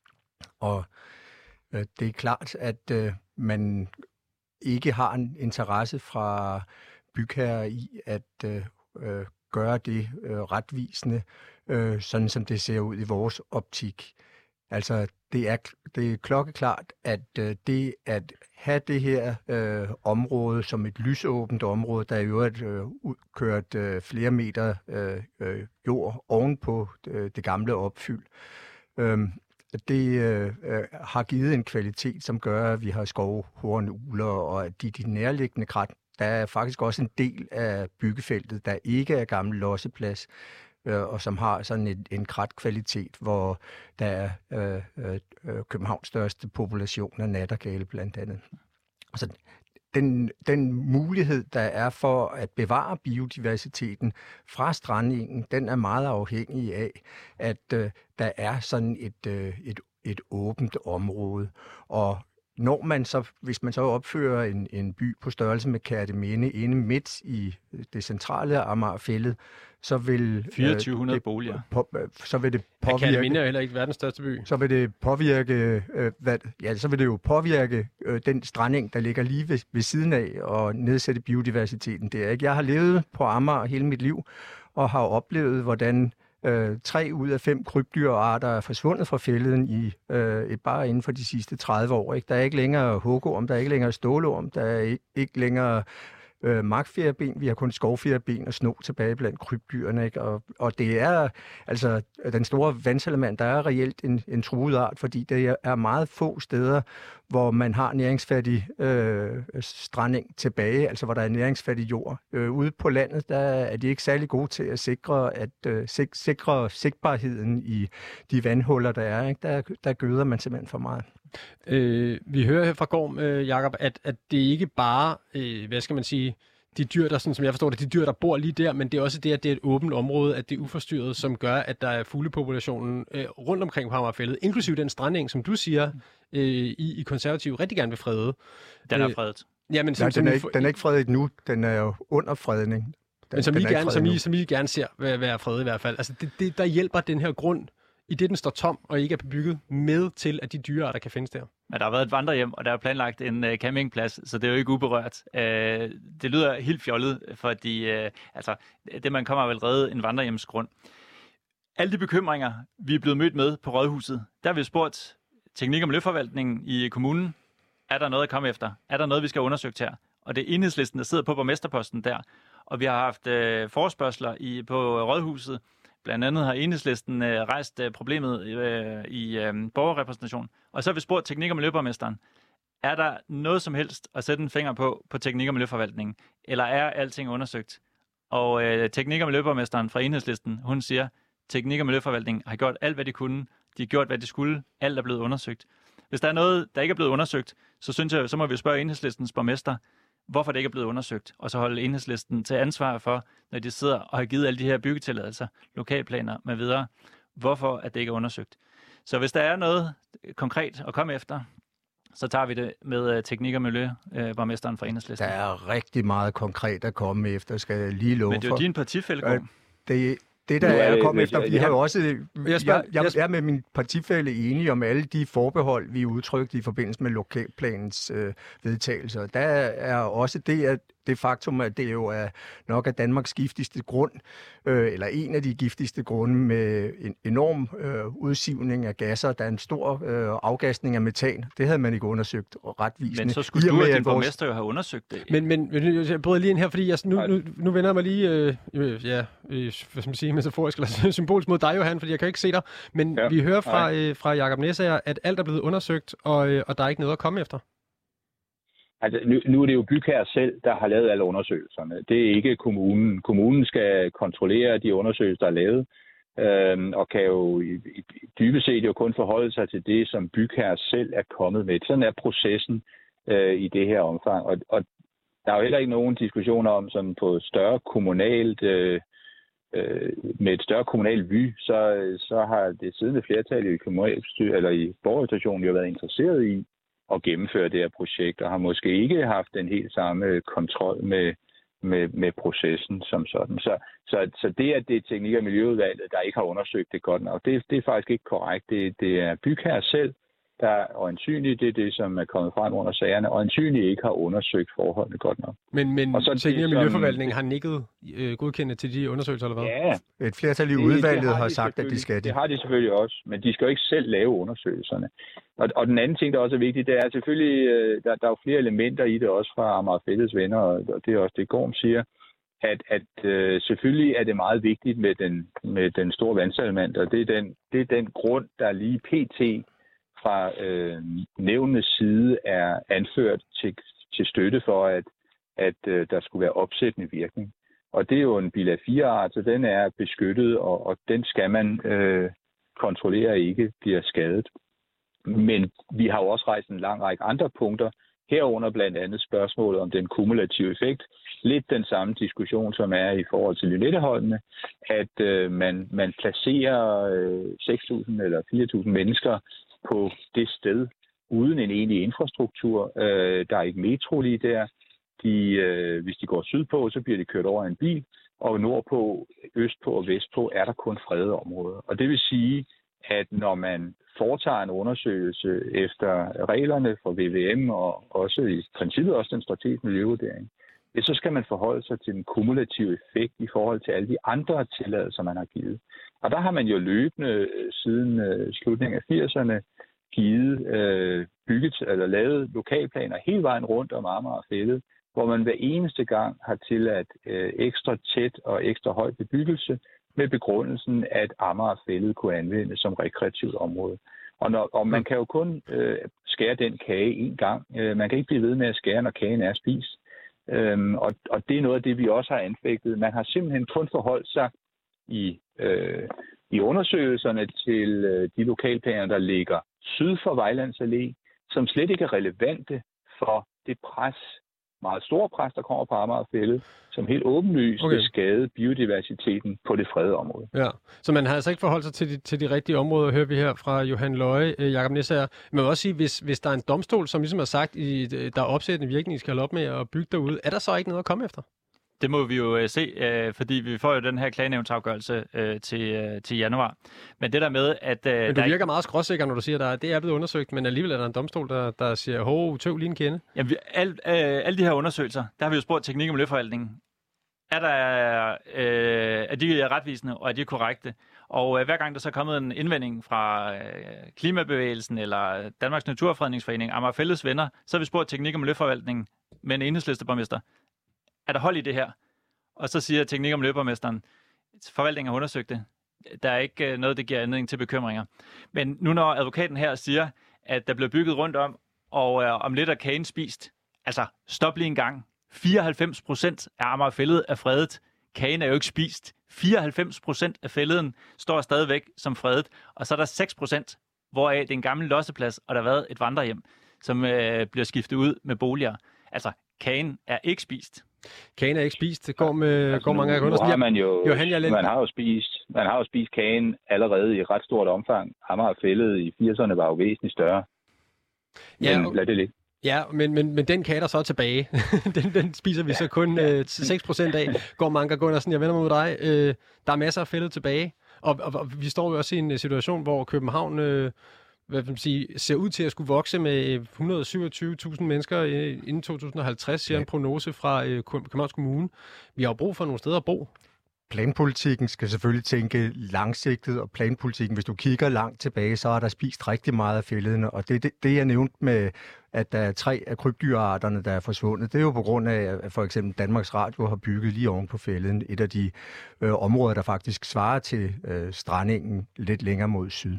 Og øh, det er klart, at øh, man ikke har en interesse fra bygherrer i at øh, øh, gøre det øh, retvisende, øh, sådan som det ser ud i vores optik. Altså, det er, det er klokkeklart, at øh, det at have det her øh, område som et lysåbent område, der er jo et øh, kørt øh, flere meter øh, øh, jord ovenpå øh, det gamle opfyld, øh, det øh, har givet en kvalitet, som gør, at vi har skov, horn, ugler, og at de, de nærliggende krat, der er faktisk også en del af byggefeltet, der ikke er gammel losseplads, og som har sådan en, en kratkvalitet, hvor der er øh, øh, Københavns største population af nattergale blandt andet. Altså, den, den mulighed, der er for at bevare biodiversiteten fra strandengen, den er meget afhængig af, at øh, der er sådan et, øh, et, et åbent område. Og når man så, hvis man så opfører en, en by på størrelse med Kerteminde inde midt i det centrale Amagerfælled, så vil fireogtyve hundrede øh, boliger. På, så vil det påvirke. Ja, Kerteminde er heller ikke verdens største by. Så vil det påvirke, øh, hvad, ja, så vil det jo påvirke øh, den strandeng, der ligger lige ved, ved siden af, og nedsætte biodiversiteten der. Ikke? Jeg har levet på Amager hele mit liv og har oplevet, hvordan Øh, tre ud af fem krybdyrarter er forsvundet fra fælleden i øh, bare inden for de sidste tredive år. Ikke? Der er ikke længere hugorm, der er ikke længere stålorm, der er ikke, ikke længere øh, magtfjerben, vi har kun skovfjerben og sno tilbage blandt krybdyrene. Ikke? Og, og det er altså den store vandsalamander, der er reelt en, en truet art, fordi det er meget få steder, hvor man har næringsfattig øh, strandeng tilbage, altså hvor der er næringsfattig jord. Øh, ude på landet, der er de ikke særlig gode til at sikre, at, øh, sik- sikre sigtbarheden i de vandhuller, der er. Ikke? Der, der gøder man simpelthen for meget. Øh, vi hører her fra Gorm, øh, Jakob, at, at det ikke bare, øh, hvad skal man sige, de dyr, der, sådan, som jeg forstår det, de dyr, der bor lige der, men det er også det, at det er et åbent område, at det er uforstyrret, som gør, at der er fuglepopulationen øh, rundt omkring på Amagerfællet, inklusive den strandeng, som du siger, øh, I, I konservative rigtig gerne vil frede. Den er fredet. Ja, men som, Nej, som den, er I, ikke, den er ikke fredet nu, den er jo under fredning. Den, men som I, gerne, som, I, I, som I gerne ser være fredet i hvert fald. Altså, det, det, der hjælper den her grund, i det den står tom og ikke er bebygget, med til, at de dyrearter kan findes der. Men der har været et vandrehjem, og der er planlagt en uh, campingplads, så det er jo ikke uberørt. Uh, det lyder helt fjollet, fordi uh, altså, det man kommer vel redde en vandrehjemsgrund. Alle de bekymringer, vi er blevet mødt med på Rådhuset, der har vi spurgt Teknik- og Miljøforvaltningen i kommunen, er der noget at komme efter? Er der noget, vi skal undersøge her? Og det er Enhedslisten, der sidder på borgmesterposten der. Og vi har haft uh, forespørgsler i, på Rådhuset. Blandt andet har Enhedslisten øh, rejst øh, problemet øh, i øh, borgerrepræsentation. Og så har vi spurgt Teknik- og Miljøborgmesteren, er der noget som helst at sætte en finger på på Teknik- og Miljøforvaltningen? Eller er alting undersøgt? Og øh, Teknik- og Miljøborgmesteren fra Enhedslisten, hun siger, Teknik- og Miljøforvaltningen har gjort alt, hvad de kunne. De har gjort, hvad de skulle. Alt er blevet undersøgt. Hvis der er noget, der ikke er blevet undersøgt, så synes jeg, så må vi spørge Enhedslistens borgmester, hvorfor det ikke er blevet undersøgt, og så holde Enhedslisten til ansvar for, når de sidder og har givet alle de her byggetilladelser, lokalplaner med videre, hvorfor at det ikke er undersøgt. Så hvis der er noget konkret at komme efter, så tager vi det med Teknik- og Miljøborgmesteren fra Enhedslisten. Der er rigtig meget konkret at komme efter, skal jeg lige love for. Men det er jo din partifælle, øh, det, det der er at komme efter, vi har jo også... Jeg, spørger, jeg, jeg er med min partifælle enige om alle de forbehold, vi udtrykte i forbindelse med lokalplanens øh, vedtagelser. Der er også det, at det faktum, at det jo er nok er Danmarks giftigste grund, øh, eller en af de giftigste grunde med en enorm øh, udsivning af gasser. Der er en stor øh, afgasning af metan. Det havde man ikke undersøgt retvisende. Men så skulle du og din borgmester jo have undersøgt det. Men, men, men jeg bryder lige ind her, fordi jeg, nu, nu, nu vender jeg mig lige, øh, ja, øh, hvad skal man sige, metaforisk eller symbolisk mod dig, Johan, fordi jeg kan ikke se dig. Men ja, vi hører fra, øh, fra Jakob Næsager, at alt er blevet undersøgt, og, øh, og der er ikke noget at komme efter. Altså, nu, nu er det jo bygherrer selv, der har lavet alle undersøgelserne. Det er ikke kommunen. Kommunen skal kontrollere de undersøgelser, der er lavet, øhm, og kan jo i, i, dybest set jo kun forholde sig til det, som bygherrer selv er kommet med. Sådan er processen øh, i det her omfang. Og, og der er jo heller ikke nogen diskussioner om, som på større kommunalt, øh, øh, med et større kommunalt vy, så, så har det siddende flertal i kommunalbestyret eller i borgerrepræsentationen jo været interesseret i at gennemføre det her projekt, og har måske ikke haft den helt samme kontrol med, med, med processen som sådan. Så, så, så det, at det er Teknik- og Miljøudvalget, der ikke har undersøgt det godt nok, det, det er faktisk ikke korrekt. Det, det er bygherrer selv, der øjensynligt, det er det, som er kommet frem under sagerne, og øjensynligt ikke har undersøgt forholdene godt nok. Men, men Teknik- og Miljøforvaltningen som, har nikket øh, godkendende til de undersøgelser, eller hvad? Ja. Et flertal i udvalget det, det har, har sagt, at de skal det. Det har de selvfølgelig også, men de skal jo ikke selv lave undersøgelserne. Og, og den anden ting, der også er vigtigt, det er selvfølgelig, øh, der, der er jo flere elementer i det også fra Amager Fælleds venner, og det er også det, Gorm siger, at, at øh, selvfølgelig er det meget vigtigt med den, med den store vandsalmand, og det er den, det er den grund, der lige pt. Fra øh, nævnenes side er anført til, til støtte for, at, at øh, der skulle være opsættende virkning. Og det er jo en bilag fire-art, så den er beskyttet, og, og den skal man øh, kontrollere ikke bliver skadet. Men vi har jo også rejst en lang række andre punkter, herunder blandt andet spørgsmålet om den kumulative effekt. Lidt den samme diskussion, som er i forhold til Lynetteholmene, at øh, man, man placerer øh, seks tusind eller fire tusind mennesker på det sted, uden en egentlig infrastruktur. Øh, der er ikke metro lige der. De, øh, hvis de går sydpå, så bliver de kørt over en bil, og nordpå, østpå og vestpå er der kun fredede områder. Og det vil sige, at når man foretager en undersøgelse efter reglerne for V V M, og også i princippet også den strategiske miljøvurdering, så skal man forholde sig til den kumulative effekt i forhold til alle de andre tilladelser, man har givet. Og der har man jo løbende siden øh, slutningen af firserne givet øh, bygget eller lavet lokalplaner hele vejen rundt om Amager Fælled, hvor man hver eneste gang har tilladt øh, ekstra tæt og ekstra høj bebyggelse med begrundelsen, at Amager Fælled kunne anvendes som rekreativt område. Og, når, og man kan jo kun øh, skære den kage en gang. Øh, man kan ikke blive ved med at skære, når kagen er spist. Øhm, og, og det er noget af det, vi også har anfægtet. Man har simpelthen kun forholdt sig i, øh, i undersøgelserne til øh, de lokalplaner, der ligger syd for Vejlands Allé, som slet ikke er relevante for det pres, meget store pres, der kommer på Amager Fælled, som helt åbenlyst okay. vil skade biodiversiteten på det fredede område. Ja, så man har altså ikke forholdt sig til de, til de rigtige områder, hører vi her fra Johan Løje, øh, Jakob Næsager. Man vil også sige, hvis, hvis der er en domstol, som ligesom har sagt, i, der er opsættende virkning, I skal holde op med at bygge derude, er der så ikke noget at komme efter? Det må vi jo øh, se, øh, fordi vi får jo den her klagenævnsafgørelse øh, til, øh, til januar. Men det der med, at... Øh, men du der virker ikke... meget skråsikker, når du siger, at det er blevet undersøgt, men alligevel er der en domstol, der, der siger, hov, tøv lige en kende. Jamen, vi, al, øh, alle de her undersøgelser, der har vi jo spurgt Teknik- og Miljøforvaltningen. Er, der, øh, er de retvisende, og er de korrekte? Og øh, hver gang der så er kommet en indvending fra øh, Klimabevægelsen eller Danmarks Naturfredningsforening, Amager Fælleds venner, så har vi spurgt Teknik- og Miljøforvaltningen med en enhedslisteborgmester. Er der hold i det her? Og så siger Teknik- og Miljøborgmesteren, forvaltningen har undersøgt det. Der er ikke noget, der giver anledning til bekymringer. Men nu når advokaten her siger, at der bliver bygget rundt om, og øh, om lidt er kagen spist, altså stop lige en gang. fireoghalvfems procent af Amager Fælled er fredet. Kagen er jo ikke spist. fireoghalvfems procent af fælleden står stadigvæk som fredet. Og så er der seks procent, hvoraf det er en gammel losseplads, og der har været et vandrehjem, som øh, bliver skiftet ud med boliger. Altså, kagen er ikke spist. Kagen er ikke spist. Det går med altså, går mange af nu har man jo, Johan, jeg man har jo spist, man har jo spist kagen allerede i ret stort omfang. Amager Fælled i firserne var jo væsentligt større. Ja, men lad det ligge. Ja, men, men, men den kage der så er tilbage, den, den spiser vi ja. så kun øh, seks procent af. Går Manker Gunnarsen, jeg vender mig mod dig. Øh, der er masser af fældet tilbage, og, og, og vi står jo også i en situation, hvor København øh, hvad vil man sige, ser ud til at skulle vokse med et hundrede og syvogtyve tusind mennesker øh, inden to tusind og halvtreds, siger ja. en prognose fra øh, Københavns Kommune. Vi har jo brug for nogle steder at bo. Planpolitikken skal selvfølgelig tænke langsigtet, og planpolitikken, hvis du kigger langt tilbage, så er der spist rigtig meget af fælledene, og det, det, det jeg nævnte med, at der er tre af krybdyrarterne, der er forsvundet, det er jo på grund af, at for eksempel Danmarks Radio har bygget lige oven på fælden, et af de øh, områder, der faktisk svarer til øh, strandingen lidt længere mod syd.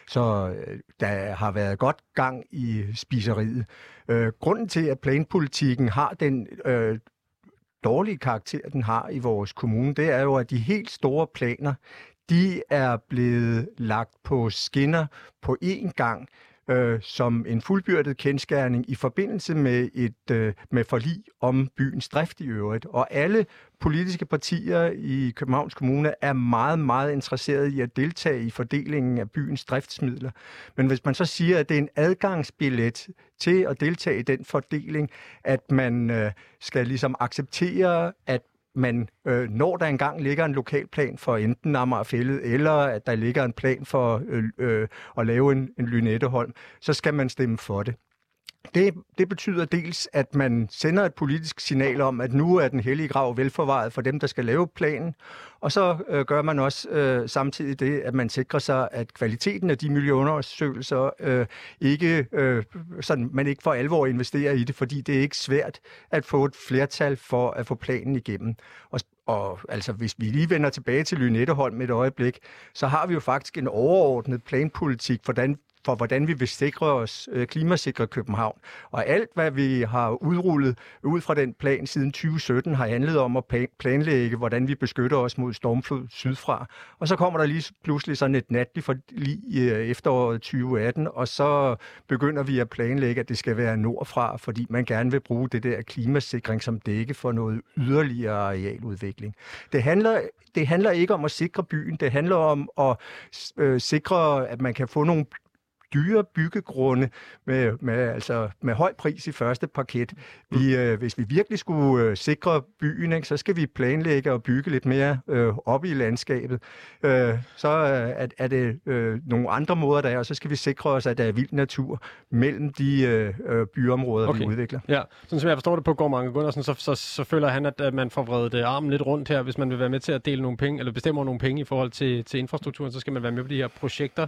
Så øh, der har været godt gang i spiseriet. Øh, grunden til, at planpolitikken har den øh, dårlige karakter, den har i vores kommune, det er jo, at de helt store planer, de er blevet lagt på skinner på én gang, øh, som en fuldbyrdet kendsgerning i forbindelse med et øh, med forlig om byens drift i øvrigt. Og alle politiske partier i Københavns Kommune er meget, meget interesserede i at deltage i fordelingen af byens driftsmidler. Men hvis man så siger, at det er en adgangsbillet til at deltage i den fordeling, at man øh, skal ligesom acceptere, at man, øh, når der engang ligger en lokalplan for enten Amagerfælled, eller at der ligger en plan for øh, øh, at lave en, en Lynetteholm, så skal man stemme for det. Det, det betyder dels, at man sender et politisk signal om, at nu er den hellige grav velforvaret for dem, der skal lave planen. Og så øh, gør man også øh, samtidig det, at man sikrer sig, at kvaliteten af de miljøundersøgelser øh, ikke, øh, sådan, man ikke for alvor investerer i det, fordi det er ikke svært at få et flertal for at få planen igennem. Og, og altså, hvis vi lige vender tilbage til Lynetteholm et øjeblik, så har vi jo faktisk en overordnet planpolitik, hvordan for hvordan vi vil sikre os øh, klimasikre København. Og alt, hvad vi har udrullet ud fra den plan siden tyve sytten, har handlet om at planlægge, hvordan vi beskytter os mod stormflod sydfra. Og så kommer der lige pludselig sådan et natligt forlig i øh, efteråret tyve atten, og så begynder vi at planlægge, at det skal være nordfra, fordi man gerne vil bruge det der klimasikring som dække for noget yderligere arealudvikling. Det handler, det handler ikke om at sikre byen, det handler om at øh, sikre, at man kan få nogle dyre byggegrunde med, med, altså med høj pris i første parket. Vi, øh, hvis vi virkelig skulle øh, sikre byen, ikke, så skal vi planlægge og bygge lidt mere øh, op i landskabet. Øh, så øh, er det øh, nogle andre måder, der er, og så skal vi sikre os, at der er vild natur mellem de øh, byområder, okay. vi udvikler. Ja, sådan som jeg forstår det på Gård Mange Gundersen, så, så, så føler han, at, at man får vredet armen lidt rundt her. Hvis man vil være med til at dele nogle penge, eller bestemme nogle penge i forhold til, til infrastrukturen, så skal man være med på de her projekter.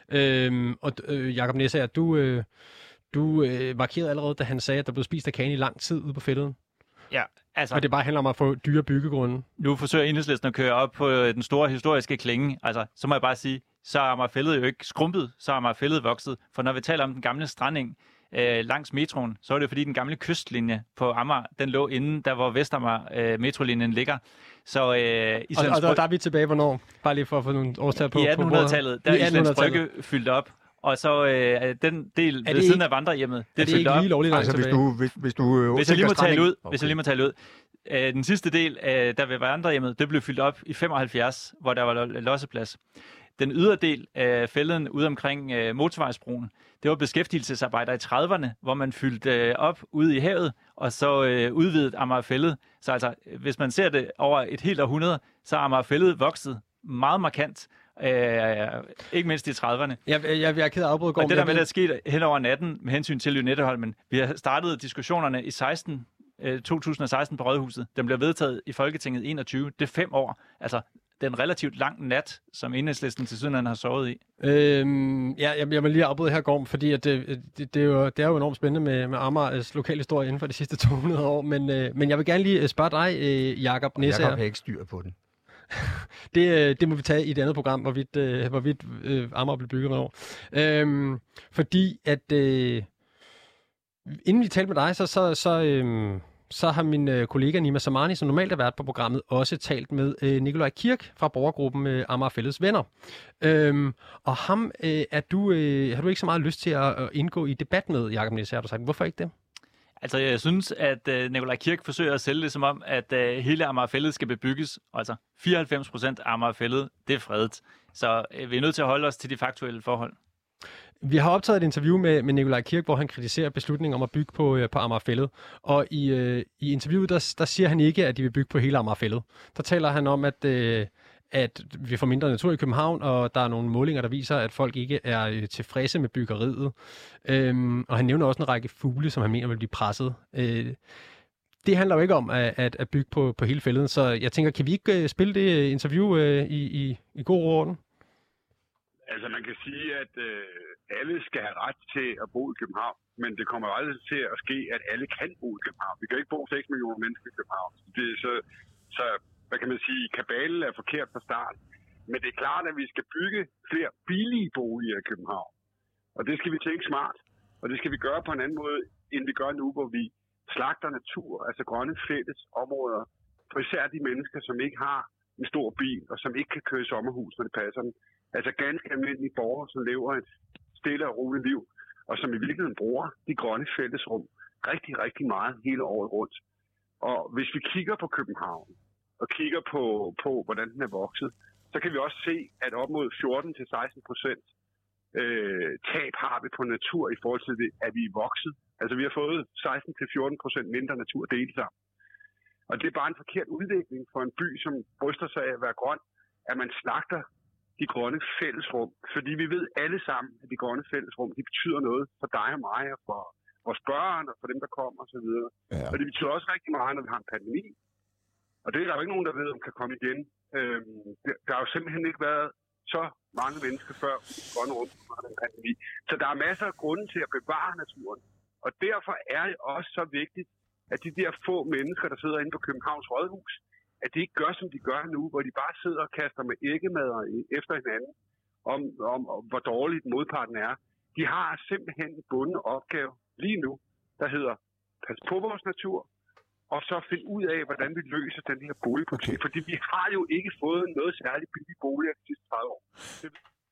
Øhm, og øh, Jakob Næsager, du, øh, du øh, markerede allerede, da han sagde, at der blev spist af kagen i lang tid ude på fælleden. Ja, altså... Og det bare handler om at få dyre byggegrunde. Nu forsøger Enhedslisten at køre op på den store historiske klinge. Altså, så må jeg bare sige, så er Amagerfælled jo ikke skrumpet, så er Amagerfælled vokset. For når vi taler om den gamle stranding øh, langs metroen, så er det fordi den gamle kystlinje på Amager, den lå inden, der hvor Vestamager øh, metrolinjen ligger. Så, øh, og, og der, der er vi tilbage, hvornår? Bare lige for at få nogle årstal på. I attenhundredetallet, der er Islands Brygge fyldt op. Og så øh, den del ved siden af vandrehjemmet, det er, det er fyldt op. Lovligt, altså, hvis du, hvis, hvis du øh, hvis jeg lige må tale ud, okay. hvis jeg lige må tale ud. Øh, den sidste del, øh, der ved vandrehjemmet, det blev fyldt op i femoghalvfjerds, hvor der var losseplads. Den ydre del af fælleden ude omkring øh, motorvejsbroen, det var beskæftigelsesarbejder i trediverne, hvor man fyldte øh, op ude i havet, og så øh, udvidet Amagerfælled. Så altså, hvis man ser det over et helt århundrede, så er Amagerfælled vokset meget markant. Øh, ikke mindst i trediverne. Jeg, jeg, jeg er ked af afbrudt. Og det der med, der er sket hen over natten med hensyn til Lynetteholmen. Vi har startet diskussionerne i seksten, øh, to tusind og seksten på Rådhuset. Den blev vedtaget i Folketinget enogtyve. Det er fem år. Altså, det er en relativt lang nat, som Enhedslisten til siden har sovet i. Øhm, ja, jeg, jeg vil lige afbryde her, Gorm, fordi at det, det, det, er jo, det er jo enormt spændende med, med Amagers lokalhistorie inden for de sidste to hundrede år. Men, øh, men jeg vil gerne lige spørge dig, øh, Jakob Næsager. Jakob har ikke styr på den. det, det må vi tage i et andet program, hvorvidt, øh, hvorvidt øh, Amager blev bygget over. Øhm, fordi at øh, inden vi talte med dig, så, så, så, øh, så har min øh, kollega Nima Samani, som normalt har været på programmet, også talt med øh, Nikolaj Kirk fra borgergruppen øh, Amagerfælleds Venner. Øhm, og ham øh, er du, øh, har du ikke så meget lyst til at, at indgå i debat med, Jakob Næsager, har du sagt. Hvorfor ikke det? Altså, jeg synes, at uh, Nikolaj Kirk forsøger at sælge det som om, at uh, hele Amagerfælled skal bebygges. Altså, fireoghalvfems procent af Amagerfælled, det er fredet. Så uh, vi er nødt til at holde os til de faktuelle forhold. Vi har optaget et interview med, med Nikolaj Kirk, hvor han kritiserer beslutningen om at bygge på, uh, på Amagerfælled. Og i, uh, i interviewet, der, der siger han ikke, at de vil bygge på hele Amagerfælled. Der taler han om, at, uh, at vi får mindre natur i København, og der er nogle målinger, der viser, at folk ikke er øh, tilfredse med byggeriet. Øhm, og han nævner også en række fugle, som han mener vil blive presset. Øh, det handler jo ikke om at, at, at bygge på, på hele fælden, så jeg tænker, kan vi ikke øh, spille det interview øh, i, i, i god orden? Altså, man kan sige, at øh, alle skal have ret til at bo i København, men det kommer aldrig til at ske, at alle kan bo i København. Vi kan ikke bo seks millioner mennesker i København. Det er så, så, hvad kan man sige, kabalen er forkert fra start. Men det er klart, at vi skal bygge flere billige boliger i København. Og det skal vi tænke smart. Og det skal vi gøre på en anden måde, end vi gør nu, hvor vi slagter natur, altså grønne fælles områder, for især de mennesker, som ikke har en stor bil, og som ikke kan køre i sommerhus, når det passer dem. Altså ganske almindelige borgere, som lever et stille og roligt liv, og som i virkeligheden bruger de grønne fællesrum rigtig, rigtig meget hele året rundt. Og hvis vi kigger på København, og kigger på, på hvordan den er vokset, så kan vi også se, at op mod fjorten til seksten procent øh, tab har vi på natur i forhold til det, at vi er vokset. Altså vi har fået seksten til fjorten procent mindre natur delt sammen. Og det er bare en forkert udvikling for en by, som bryster sig af at være grøn, at man slagter de grønne fællesrum. Fordi vi ved alle sammen, at de grønne fællesrum, de betyder noget for dig og mig, og for vores børn, og for dem, der kommer osv. Ja. Og det betyder også rigtig meget, når vi har en pandemi. Og det er der jo ikke nogen, der ved, om kan komme igen. Øhm, der har jo simpelthen ikke været så mange mennesker før i grønne rum under den pandemi. Så der er masser af grunde til at bevare naturen. Og derfor er det også så vigtigt, at de der få mennesker, der sidder inde på Københavns Rådhus, at de ikke gør, som de gør nu, hvor de bare sidder og kaster med æggemader efter hinanden, om, om, om hvor dårligt modparten er. De har simpelthen en bunden opgave lige nu, der hedder pas på vores natur, og så finde ud af, hvordan vi løser den her boligpolitik. Fordi vi har jo ikke fået noget særligt billige boliger de sidste tredive år. Det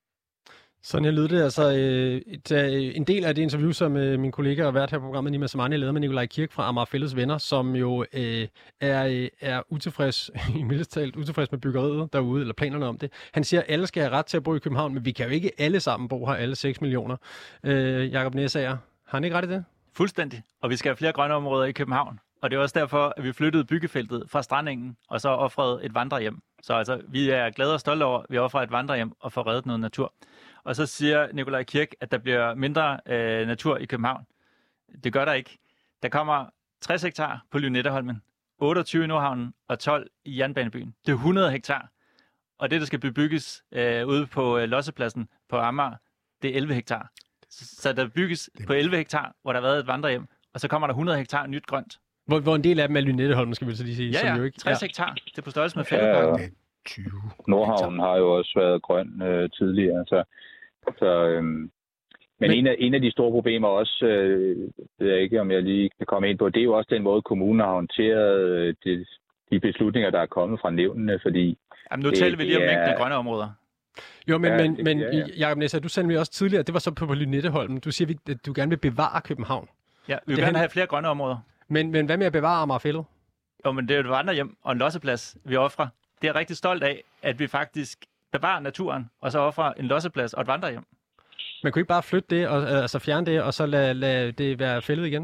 Sådan her lyder det. Altså, øh, et, øh, en del af det interview, som øh, min kollega og vært her på programmet, Nima Samani, lavede med Nikolaj Kirk fra Amager Fælleds Venner, som jo øh, er, øh, er utilfreds, i mildest talt utilfreds med byggeriet derude, eller planerne om det. Han siger, at alle skal have ret til at bo i København, men vi kan jo ikke alle sammen bo her, alle seks millioner. Øh, Jakob Næsager, har han ikke ret i det? Fuldstændig. Og vi skal have flere grønne områder i København. Og det er også derfor, at vi flyttede byggefeltet fra Strandengen, og så offrede et vandrehjem. Så altså, vi er glade og stolte over, at vi offrer et vandrehjem og får reddet noget natur. Og så siger Nikolaj Kirk, at der bliver mindre øh, natur i København. Det gør der ikke. Der kommer tres hektar på Lynetteholmen, otteogtyve i Nordhavnen og tolv i Jernbanebyen. Det er hundrede hektar. Og det, der skal bebygges øh, ude på øh, Lossepladsen på Amager, det er elleve hektar. Så, så der bygges på elleve hektar, hvor der har været et vandrehjem, og så kommer der hundrede hektar nyt grønt. Hvor, hvor en del af dem er Lynetteholmen, skal vi så lige sige. Ja, ja. Som jo ikke, tres hektar. Det er på størrelse med Fælledparken. Ja, tyve. Nordhavnen har jo også været grøn øh, tidligere, så, så øhm, men, men en af, en af de store problemer også, øh, ved jeg ikke, om jeg lige kan komme ind på, det er jo også den måde, kommunen har håndteret øh, de, de beslutninger, der er kommet fra nævnene, fordi... Jamen, nu taler vi lige om mængden af grønne områder. Jo, men, ja, men, det, men ja, ja. Jacob Næsser, du sendte mig også tidligere, det var så på, på Lynetteholmen. Du siger, at du gerne vil bevare København. Ja, vi vil gerne have flere grønne områder. Men, men hvad med at bevare Amager Fælled? Jo, men det er jo et vandrehjem og en losseplads, vi offrer. Det er jeg rigtig stolt af, at vi faktisk bevarer naturen, og så offrer en losseplads og et vandrehjem. Man kunne ikke bare flytte det, og, altså fjerne det, og så lade, lade det være fældet igen?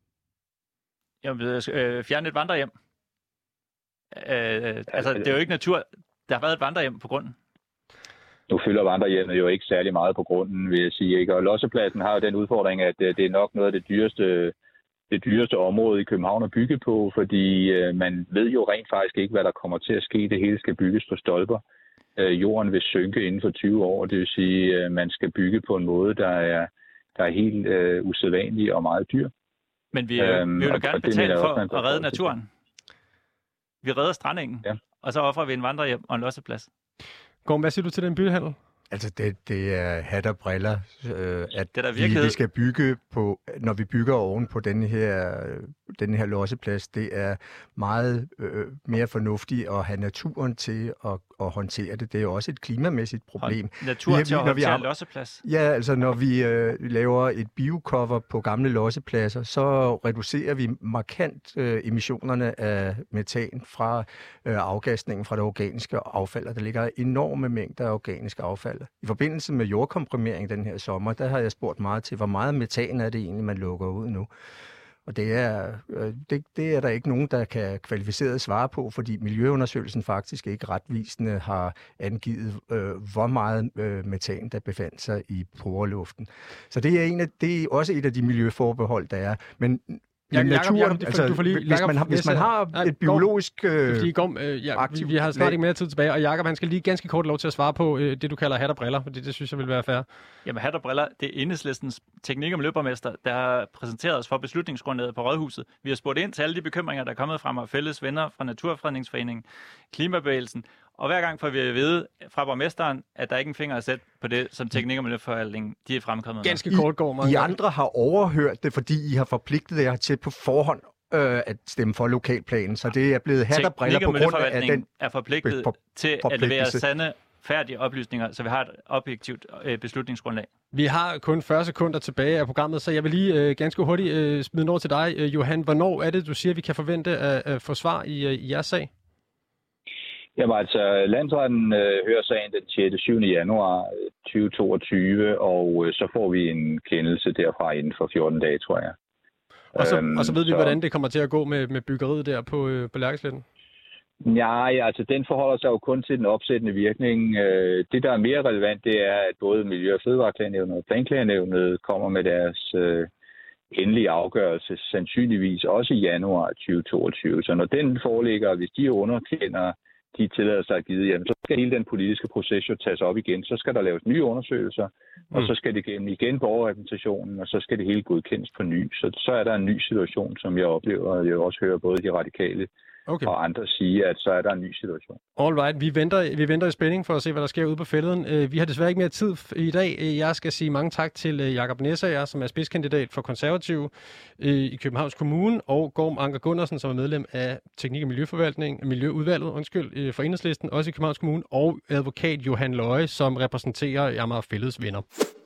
Jamen, øh, fjerne et vandrehjem. Øh, altså, det er jo ikke natur. Der har været et vandrehjem på grunden. Nu fylder vandrehjemmet jo ikke særlig meget på grunden, vil jeg sige. Ikke? Og lossepladsen har jo den udfordring, at det er nok noget af det dyreste, det dyreste område i København at bygge på, fordi øh, man ved jo rent faktisk ikke, hvad der kommer til at ske. Det hele skal bygges på stolper. Øh, jorden vil synke inden for tyve år, det vil sige, at øh, man skal bygge på en måde, der er, der er helt øh, usædvanlig og meget dyr. Men vi, øhm, vi vil jo gerne betale for at redde naturen. Vi redder Strandengen, ja. Og så offrer vi en vandrehjem og en losseplads. Gorm, hvad siger du til den byhandel? Altså, det, det er hat og briller, øh, at det er vi, vi skal bygge på, når vi bygger oven på den her, den her losseplads, det er meget øh, mere fornuftigt at have naturen til at, at håndtere det. Det er jo også et klimamæssigt problem. Naturen vi, til at håndtere losseplads? Ja, altså når vi øh, laver et biocover på gamle lossepladser, så reducerer vi markant øh, emissionerne af metan fra øh, afgasningen fra det organiske affald, og der ligger enorme mængder af organisk affald. I forbindelse med jordkomprimering den her sommer, der har jeg spurgt meget til, hvor meget metan er det egentlig, man lukker ud nu. Og det er, det, det er der ikke nogen, der kan kvalificeret svare på, fordi miljøundersøgelsen faktisk ikke retvisende har angivet, øh, hvor meget øh, metan, der befandt sig i poreluften. Så det er, en af, det er også et af de miljøforbehold, der er. Men Jacob, naturen, Jacob, Jacob, altså, du får lige, hvis, man har, hvis man har nej, et biologisk øh, fordi, kom, øh, ja, vi, vi har snart ikke mere tid tilbage, og Jacob, han skal lige ganske kort lov til at svare på øh, det, du kalder hat og briller, fordi det synes jeg vil være fair. Jamen hat og briller, det er Enhedslistens teknik- og miljøborgmester, der har præsenteret os for beslutningsgrundlaget på Rådhuset. Vi har spurgt ind til alle de bekymringer, der er kommet fra fælles venner, fra Naturfredningsforeningen, Klimabevægelsen, og hver gang får vi at vide fra borgmesteren, at der ikke er en finger at sætte på det, som teknik- og miljøforvaltningen de er fremkommet. Ganske kort går, mange I andre har overhørt det, fordi I har forpligtet jer til på forhånd øh, at stemme for lokalplanen, så det er blevet hat og briller på grund af den er forpligtet for, til at levere sande, færdige oplysninger, så vi har et objektivt øh, beslutningsgrundlag. Vi har kun fyrre sekunder tilbage af programmet, så jeg vil lige øh, ganske hurtigt øh, smide en over til dig, øh, Johan. Hvornår er det, du siger, vi kan forvente at, at få svar i, øh, i jeres sag? Jamen altså, landsretten øh, hører sagen den sjette og syvende januar tyve toogtyve, og øh, så får vi en kendelse derfra inden for fjorten dage, tror jeg. Og så, øhm, og så ved vi, så... hvordan det kommer til at gå med, med byggeriet der på, øh, på Lærkesletten? Nej, altså den forholder sig jo kun til den opsættende virkning. Øh, det, der er mere relevant, det er, at både Miljø- og Fødevareklagenævnet og Planklagenævnet kommer med deres øh, endelige afgørelse, sandsynligvis også i januar tyve toogtyve. Så når den foreligger, hvis de underkender de tilladelser, der er givet, jamen, så skal hele den politiske proces jo tages op igen. Så skal der laves nye undersøgelser, mm. og så skal det gennem igen borgerrepræsentationen, og så skal det hele godkendes på ny. Så, så er der en ny situation, som jeg oplever, og jeg også hører både de radikale okay. og andre sige, at så er der en ny situation. All right. Vi venter, vi venter i spænding for at se, hvad der sker ude på fælden. Vi har desværre ikke mere tid i dag. Jeg skal sige mange tak til Jacob Nessager, som er spidskandidat for Konservative i Københavns Kommune, og Gorm Anker Gundersen, som er medlem af Teknik- og Miljøforvaltning, Miljøudvalget, undskyld, for Enhedslisten, også i Københavns Kommune, og advokat Johan Løje, som repræsenterer Amager Fælleds venner.